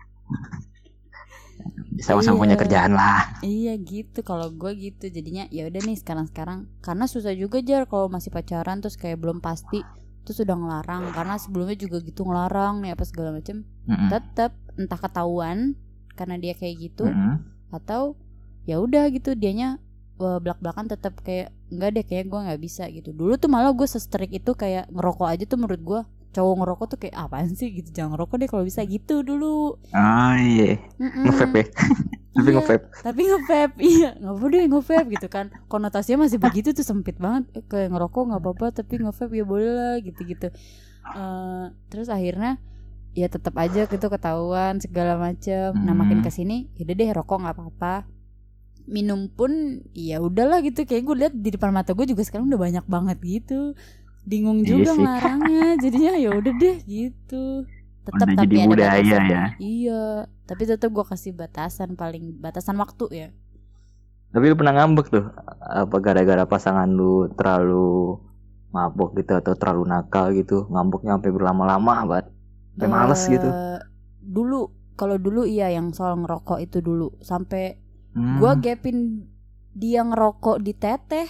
Sama-sama punya kerjaan lah. Iya gitu, kalau gue gitu jadinya ya udah nih sekarang karena susah juga Jar kalau masih pacaran terus kayak belum pasti terus udah ngelarang, karena sebelumnya juga gitu ngelarang nih apa segala macam. Tetap entah ketahuan karena dia kayak gitu atau ya udah gitu dianya belak-belakan tetap kayak enggak deh, kayak gue nggak bisa gitu. Dulu tuh malah gue se-strict itu, kayak ngerokok aja tuh menurut gue cowok ngerokok tuh kayak apaan sih gitu, jangan ngerokok deh kalau bisa gitu dulu. Oh iya, nge-vape ya. Tapi nge-vape, iya nggak boleh nge-vape gitu kan, konotasinya masih begitu tuh, sempit banget. Kayak ngerokok nggak apa-apa tapi nge-vape ya boleh lah gitu-gitu. Terus akhirnya ya tetap aja gitu ketahuan segala macem. Nah makin kesini yaudah deh rokok nggak apa-apa, minum pun ya udahlah gitu. Kayak gue lihat di depan mata gue juga sekarang udah banyak banget gitu, bingung juga ngelarangnya. Jadinya ya udah deh gitu. Tetap udah tapi jadi ada budaya batasan ya. Iya, tapi tetap gue kasih batasan, paling batasan waktu ya. Tapi lu pernah ngambek tuh apa gara-gara pasangan lu terlalu mabok gitu atau terlalu nakal gitu, ngambeknya sampai berlama-lama banget, sampai males gitu? Kalau dulu iya, yang soal ngerokok itu dulu sampai gue gapin dia ngerokok di teteh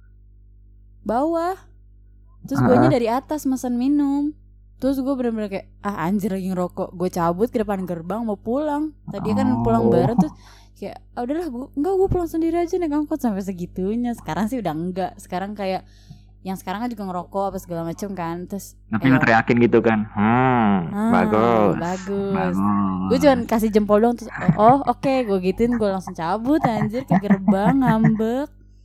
bawah, terus guanya dari atas mesen minum. Terus gue bener-bener kayak anjir lagi ngerokok, gue cabut ke depan gerbang mau pulang. Tadi kan pulang bareng, terus kayak udahlah gue pulang sendiri aja naik angkot, sampai segitunya. Sekarang sih udah enggak, sekarang kayak yang sekarang kan juga ngerokok apa segala macam kan. Terus tapi lu teriakin gitu kan, bagus. Gue cuma kasih jempol dong, terus oke, gue gituin, gue langsung cabut anjir ke gerbang ngambek.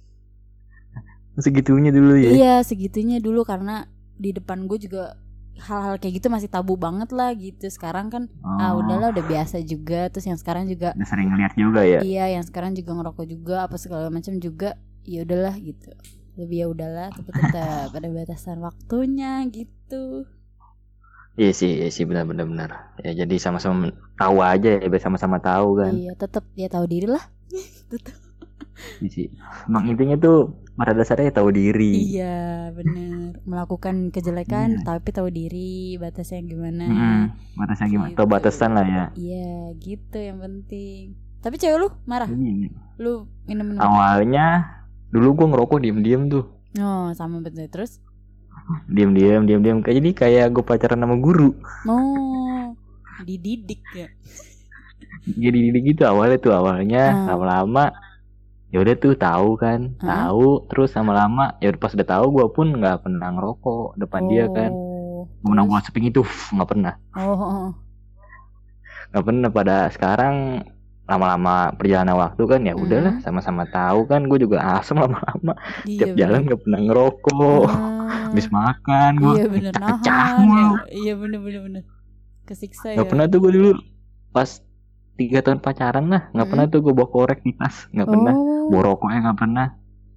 Segitunya dulu ya? Iya segitunya dulu, karena di depan gue juga hal-hal kayak gitu masih tabu banget lah gitu. Sekarang kan udahlah, udah biasa juga. Terus yang sekarang juga udah sering ngeliat juga ya. Iya, yang sekarang juga ngerokok juga apa segala macam juga. Ya udahlah gitu. Lebih ya udahlah, tapi tetap ada batasan waktunya gitu. Iya sih benar. Ya jadi sama-sama tahu aja ya, sama-sama tahu kan. Iya, tetap ya tahu diri lah. Tetap. Iya. Emang intinya tuh pada dasarnya tahu diri. Iya benar, melakukan kejelekan tapi tahu diri batasnya gimana. Batasnya gimana? Gitu. Tahu batasan lah ya. Iya gitu yang penting. Tapi cewek lu marah? Lu minum? Awalnya dulu gue ngerokok diem-diem tuh. Oh sama betul. Terus? Diem-diem jadi kayak gue pacaran sama guru. Oh dididik ya? Jadi dididik gitu awalnya lama-lama ya udah tuh tahu kan, tahu terus lama-lama ya pas udah tahu gue pun nggak pernah ngerokok depan dia kan. Pernah gue seping itu nggak pernah. Nggak pernah. Pada sekarang lama-lama perjalanan waktu kan ya udahlah sama-sama tahu kan gue juga asam lama-lama. Tiap jalan gak pernah ngerokok. Habis makan gue pecah mulu. Iya bener kesiksa ya. Gak pernah tuh gue dulu pas 3 tahun pacaran lah, gak pernah tuh gue bawa korek di tas, gak pernah. Bawa rokoknya gak pernah.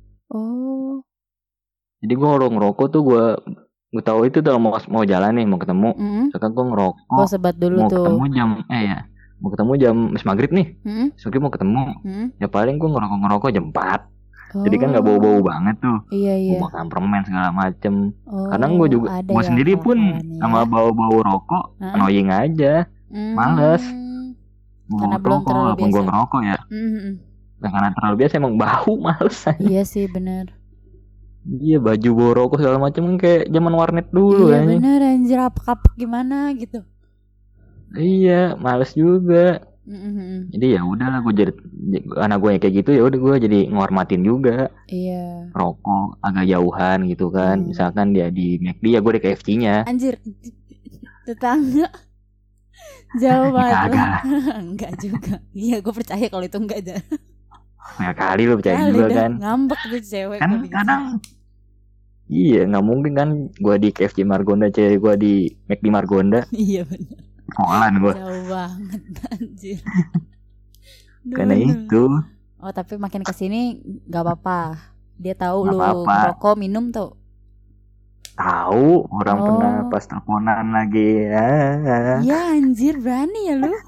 Jadi gue kalau ngerokok tuh gue tahu itu tuh mau jalan nih, mau ketemu. Sekarang gue ngerokok. Sebat dulu mau tuh. Ketemu jam mau ketemu jam maghrib nih. Maghrib mau ketemu. Ya paling gue ngerokok jam 4. Jadi kan gak bau-bau banget tuh. Iya. Gue makan permen segala macem. Karena gue juga gue sendiri pun sama bau-bau rokok annoying aja. Males. Karena belum terlalu biasa. Gue ngerokok ya. Nah, karena terlalu biasa emang bau, males aja. Iya sih benar. Iya, baju bawa rokok segala macam kan kayak zaman warnet dulu. Iya bener anjir, apa gimana gitu. Iya, males juga. Jadi ya udahlah, gue jadi anak gue yang kayak gitu, ya udah gue jadi ngormatin juga. Iya. Rokok agak jauhan gitu kan. Misalkan dia di McD ya gue di KFC-nya. Anjir, tetangga jauh banget. Enggak juga. Iya, gue percaya kalau itu enggak aja. Ya kali lu percaya juga kan. Ngambek tuh cewek kan kadang iya, nggak mungkin kan gue di KFC Margonda, cewek gue di McD Margonda. Iya benar. Kolan gue. Jauh banget anjir. Karena itu. Oh tapi makin kesini nggak apa-apa. Dia tahu lu ngerokok minum tuh. Tahu, orang pernah pas teleponan lagi. Ya anjir, berani ya lu.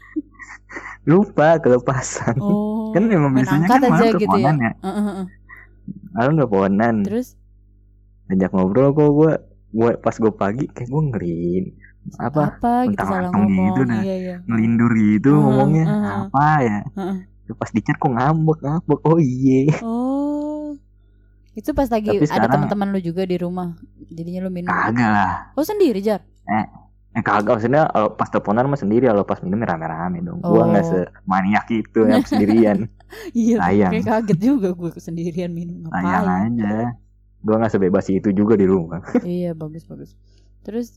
Lupa kelepasan. Kan emang biasanya kan malam teleponan ya. Malam teleponan. Terus ajak ngobrol kok gue pas gue pagi kayak gue ngeriin apa gitu salah ngomong gitu, ngelindur gitu ngomongnya apa ya. Pas dicat kok ngambek. Oh iya. Itu pas lagi ada teman-teman lu juga di rumah, jadinya lu minum. Kagak lah. Oh sendiri Jar? Kagak, maksudnya pas teleponan mah sendiri, kalau pas minum rame-rame dong. Gua nggak semaniak itu yang sendirian. Iya. Kayak kaget juga gue sendirian minum. Ngapain? Sayang aja. Gue nggak sebebas itu juga di rumah. Iya bagus. Terus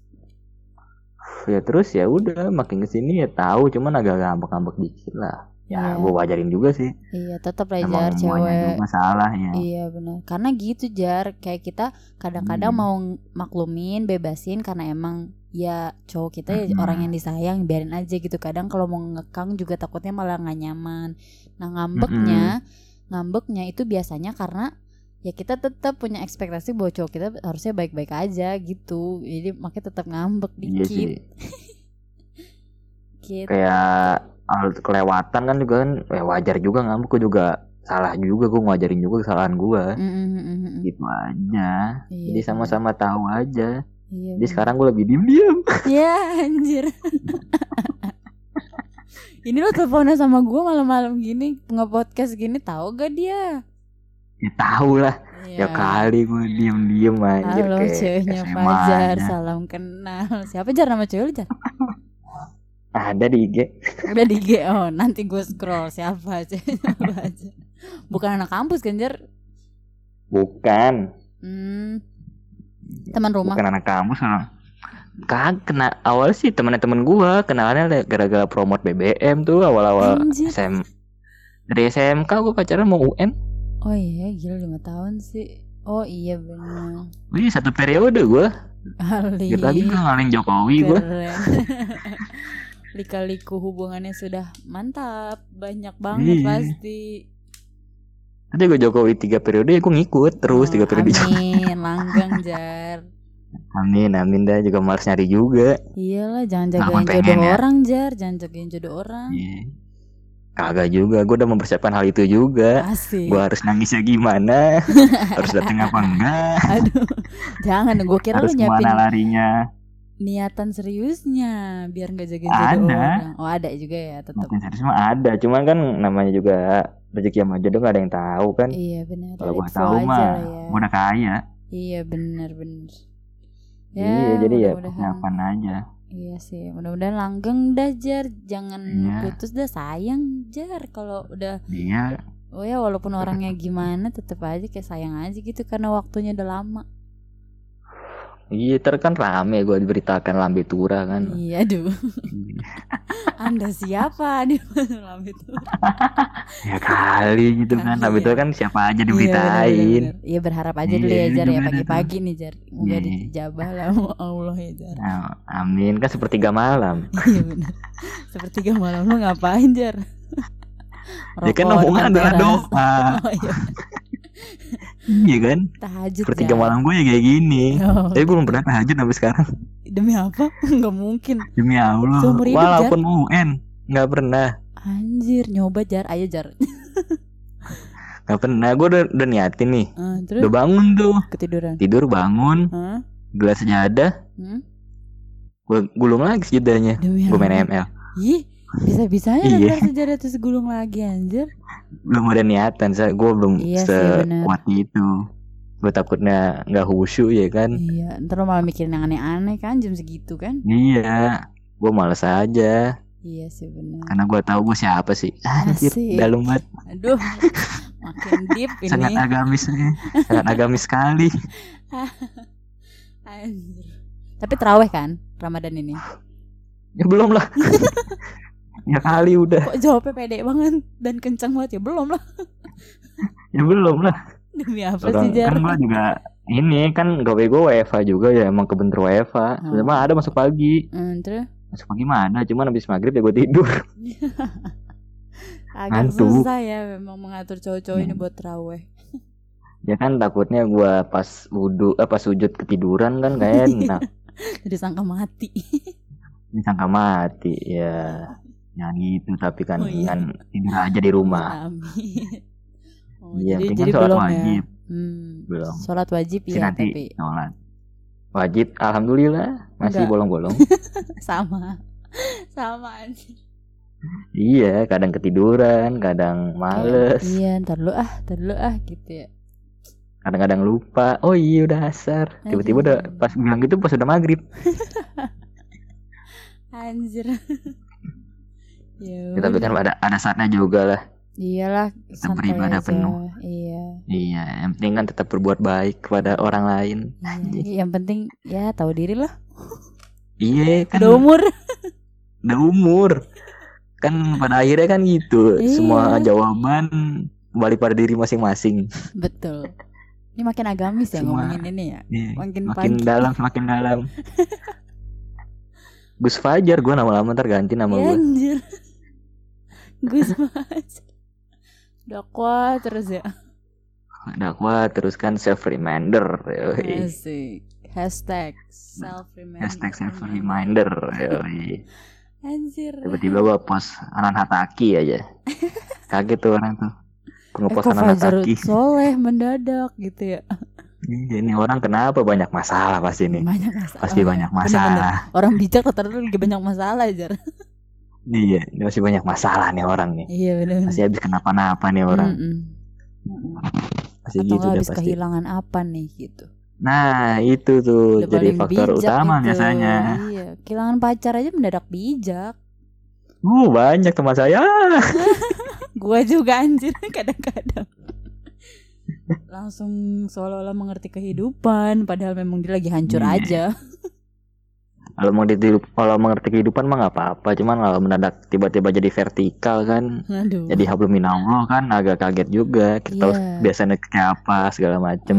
ya udah makin kesini ya tahu, cuman agak ngambek-ngambek dikit lah. Ya gue wajarin juga sih. Iya tetap lah Jar, cewek masalah ya. Iya benar, karena gitu Jar, kayak kita kadang-kadang mau maklumin, bebasin karena emang ya cowok kita ya orang yang disayang, biarin aja gitu. Kadang kalau mau ngekang juga takutnya malah nggak nyaman. Nah ngambeknya itu biasanya karena ya kita tetap punya ekspektasi bahwa cowok kita harusnya baik-baik aja gitu, jadi makanya tetap ngambek dikit. Iya gitu. Kayak kelewatan kan juga kan, wajar juga ngambek. Gue juga salah juga, gue ngajarin juga kesalahan gue. Gitu aja. Iya, jadi sama-sama tahu aja. Iya, jadi sekarang gue lebih diem-diem. Ya anjir. Ini lo teleponnya sama gue malam-malam gini, nge-podcast gini, tahu gak dia? Ya tahu lah. Ya kali gue diem-diem aja. Halo ceweknya Fajar, salam kenal. Siapa Jar nama cewek lu Jar? Ada di IG. Udah di IG. Oh nanti gue scroll siapa aja. Bukan anak kampus kan Jar? Bukan. Teman rumah. Bukan anak kampus lah. Kena awal sih teman-teman gue kenalannya gara-gara promote BBM tuh awal-awal SM. Dari SMK gue pacaran mau UN. Oh iya gila 5 tahun sih. Oh iya benar. Wih 1 periode gue. Gitu lagi gue ngalahin Jokowi gue. Lika-liku hubungannya sudah mantap, banyak banget pasti. Tadi gue Jokowi 3 periode ya gue ngikut terus 3 periode. Amin, langgeng Jar. Amin dah, juga males nyari juga. Iyalah, jangan jagain jodoh orang Jar, jangan jagain jodoh orang. Kagak juga, gue udah mempersiapkan hal itu juga. Asik. Gue harus nangisnya gimana, harus datang apa enggak. Aduh, jangan, gue kira lu nyiapin larinya. Niatan seriusnya biar nggak jagain jodoh orang. Oh ada juga ya tetap. Niatan serius mah ada, cuman kan namanya juga rezeki sama jodoh nggak ada yang tahu kan. Iya benar. Kalau gue tahu mah, gue udah kaya. Iya benar. Ya, iya jadi ya persiapan aja. Iya sih, mudah-mudahan langgeng dah Jar, jangan putus dah, sayang Jar kalau udah. Iya. Oh ya walaupun orangnya gimana tetap aja kayak sayang aja gitu karena waktunya udah lama. Iya, kan rame gue diberitakan Lambe Tura kan. Iya, aduh. Anda siapa di Lambe Tura? Ya kali gitu kan. Lambe Tura kan siapa aja diberitain. Iya, berharap aja dulu ya Jar ya, pagi-pagi nih Jar. Moga dijabah lah Allah ya Jar. Nah, amin, kan sepertiga malam. Iya benar. Sepertiga malam lu ngapain Jar? Ya kan omongan adalah doa. Oh, iya. Iya kan? Tahajud. Sepertiga malam gue ya kayak gini. Tapi gue belum pernah tahajud sampai sekarang. Demi apa? Nggak mungkin. Demi Allah. Walaupun UN nggak pernah. Anjir, nyoba Jar, ayo Jar. Nggak pernah. Gue udah niatin nih. Terus? Udah bangun tuh. Ketiduran. Tidur bangun. Gelas sejadah. Gue gulung lagi sejadahnya. Gue main ML. Ih, bisa-bisanya gelas sejadah terus gulung lagi anjir. Belum ada niatan, gue belum sekuat itu. Gue takutnya nggak khusyuk ya kan. Iya, ntar lo malah mikirin yang aneh-aneh kan jam segitu kan. Iya, gue malas aja. Iya sih benar. Karena gue tahu gue siapa sih. Anjir, dalam banget. Aduh, makin deep ini. Sangat agamis sekali. Anjir. Tapi terawih kan Ramadan ini? Ya belum lah. Ya kali udah. Kok jawabnya pede banget dan kencang banget ya? Belum lah. Ya belum lah. Demi apa sih Jar? Kan gue juga ini kan gawe gue WFA juga ya, emang kebentur WFA. Sebenarnya ada masuk pagi. Terus? Masuk pagi mah ada, cuman habis maghrib ya gue tidur. Agak susah ya memang mengatur cowok-cowok ini buat terawih. Ya kan takutnya gue pas wudu pas sujud ketiduran kan gak enak. Jadi sangka mati. Disangka mati ya. Jangan gitu, tapi kan kan tidur aja di rumah. Amin. Iya, jadi sholat belum wajib. Ya? Belum. Sholat wajib ya nanti tapi. Sholat wajib, alhamdulillah masih bolong-bolong. Sama aja. Iya, kadang ketiduran, kadang males. Iya, ntar dulu gitu ya. Kadang-kadang lupa. Oh iya udah asar. Tiba-tiba udah pas bilang gitu pas udah maghrib. Anjir. Ya, tapi kan ada saatnya juga lah. Iyalah, santai beribadah aja. penuh. Iya, yang penting kan tetap berbuat baik kepada orang lain. Iya, yang penting ya tahu diri lah. Iya kan. Udah umur. Kan pada akhirnya kan gitu. Iya. Semua jawaban kembali pada diri masing-masing. Betul. Ini makin agamis ya ngomongin ini ya. Iya, makin dalam. Gus Fajar, gue lama-lama ntar ganti nama gue. Anjir. Gus Fajar. Dakwah terus ya. Dakwah terus kan self reminder. Asik. Hashtag self reminder. Anjir. Tiba-tiba gue post Anan Hataki aja. Kaget tuh orang tuh. Ngepost Anan Hataki. Soleh mendadak gitu ya. Ini orang kenapa banyak masalah pasti nih. Pasti banyak masalah. Bener-bener. Orang bijak rata-rata lagi banyak masalah aja. Iya, masih banyak masalah nih orang nih. Iya benar. Masih habis kenapa-napa nih orang. Masih atau gitu habis pasti. Kehilangan apa nih gitu. Nah itu tuh jadi faktor utama itu. Biasanya. Iya, kehilangan pacar aja mendadak bijak. Banyak teman saya. Gua juga anjir kadang-kadang. Langsung seolah-olah mengerti kehidupan, padahal memang dia lagi hancur aja. Kalau mengerti kehidupan mah nggak apa-apa, cuman kalau mendadak tiba-tiba jadi vertikal kan, jadi hablum minallah kan agak kaget juga. Kita tahu biasanya kayak apa segala macem.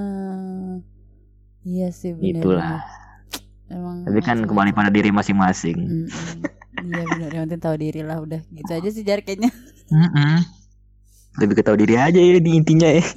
Iya sih benar. Itulah. Tapi kan kembali pada diri masing-masing. Iya benar, yang penting tahu diri lah udah. Gitu aja sih Jar kayaknya. Lebih ketahui diri aja ya di intinya ya.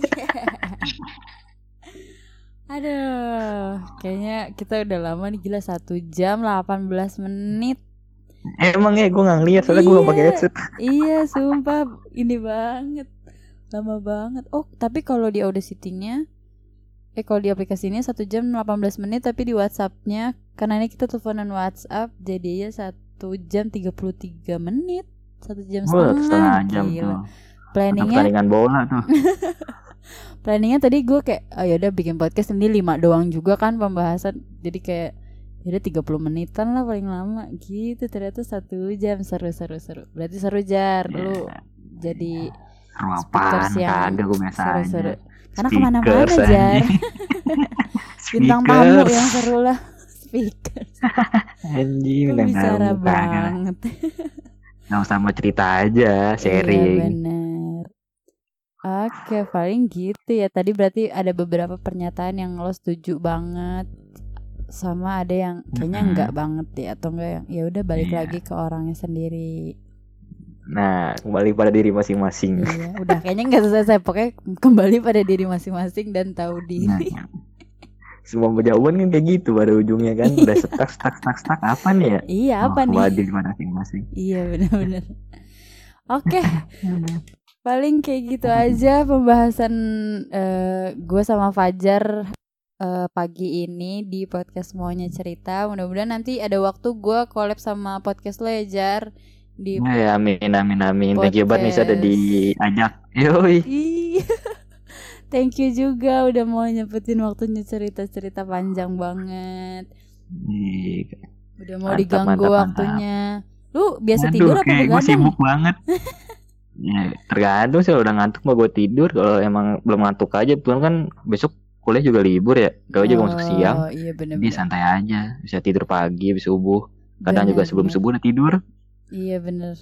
Aduh, kayaknya kita udah lama nih, gila 1 jam 18 menit. Emang ya, gue gak ngeliat soalnya gue gak pakai headset. Iya, sumpah ini banget, lama banget. Oh, tapi kalau di Audacity-nya, kalau di aplikasinya 1 jam 18 menit, tapi di WhatsApp-nya, karena ini kita teleponan WhatsApp, jadinya 1 jam 33 menit, 1 jam setengah jam gila. Tuh. Planningnya pertandingan bola tuh. Planningnya tadi gue kayak yaudah bikin podcast ini 5 doang juga kan pembahasan. Jadi kayak yaudah 30 menitan lah paling lama gitu. Ternyata 1 jam. Seru. Berarti seru Jar. Lu jadi speakers yang kagak gue biasa seru. aja. Karena kemana-mana Jar. Bintang tamu yang seru lah. Speaker. Anjing, bintang Bicara tamu banget. Nggak usah mau cerita aja, sharing. Iya bener. Oke, paling gitu ya. Tadi berarti ada beberapa pernyataan yang lo setuju banget, sama ada yang kayaknya enggak banget ya, atau enggak yang ya udah balik lagi ke orangnya sendiri. Nah, kembali pada diri masing-masing. Iya, udah kayaknya enggak selesai. Pokoknya kembali pada diri masing-masing dan tahu diri. Semua jawaban kan kayak gitu pada ujungnya kan. Udah stuck apa nih ya? Iya, apa nih? Kembali diri masing-masing. Iya, benar-benar. Oke. Paling kayak gitu aja pembahasan gue sama Fajar pagi ini di podcast Maunya Cerita. Mudah-mudahan nanti ada waktu gue collab sama podcast lo ya, Jar. Ya, amin. Thank you banget bisa ada diajak. Yoi. Thank you juga udah mau nyempetin waktunya cerita-cerita panjang banget. Udah mau diganggu waktunya. Lu biasa tidur apa begadang? Gue sibuk banget. Ya, tergantung sih, udah ngantuk mau gue tidur. Kalau emang belum ngantuk aja, tuh kan besok kuliah juga libur ya. Gawe juga masuk siang. Iya bener. Jadi santai aja, bisa tidur pagi, bisa subuh. Kadang juga sebelum subuh udah tidur. Iya bener.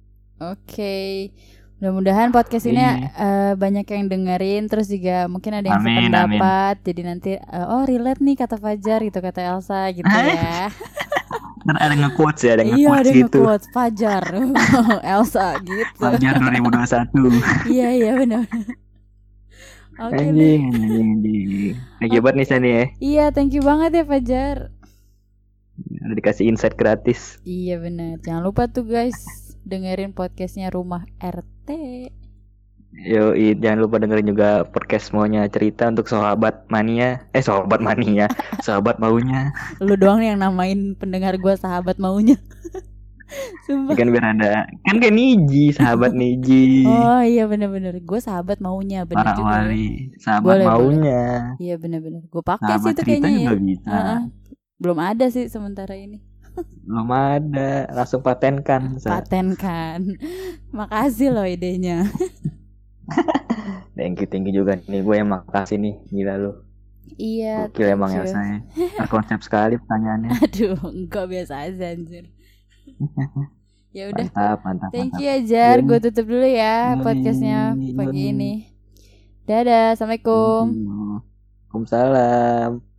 Oke. Mudah-mudahan podcast ini banyak yang dengerin. Terus juga mungkin ada yang sependapat. Jadi nanti relate nih kata Fajar gitu, kata Elsa gitu ya. Kan ada nge-quotes ya, ada nge-quotes gitu. Iya ada nge-quotes Fajar Elsa gitu. Fajar 2021. Iya benar. Oke anjing. Thank you banget nih Sani ya. Iya thank you banget ya Fajar. Udah dikasih insight gratis. Iya benar. Jangan lupa tuh guys, dengerin podcastnya Rumah RT. Yoi, jangan lupa dengerin juga podcast Maunya Cerita untuk sahabat mania. Sahabat maunya. Lu doang yang namain pendengar gue sahabat maunya. Sumpah. Kan biar ada, kan kayak Niji, sahabat Niji. Oh iya benar-benar, gue sahabat maunya, benar juga. Wali, sahabat maunya. Boleh. Iya benar-benar, gue pakai sih itu kayaknya ya. Bisa. Belum ada sih sementara ini. Belum ada, langsung patenkan. Patenkan. Makasih loh idenya. Thank you juga nih, gue yang makasih nih, gila lu. Iya. Gokil emang ya saya. Terkonsep sekali pertanyaannya. Aduh, enggak biasa aja anjir. Ya udah. Mantap. Thank you Jar, gue tutup dulu ya podcastnya pagi ini. Dadah, assalamualaikum. Waalaikumsalam.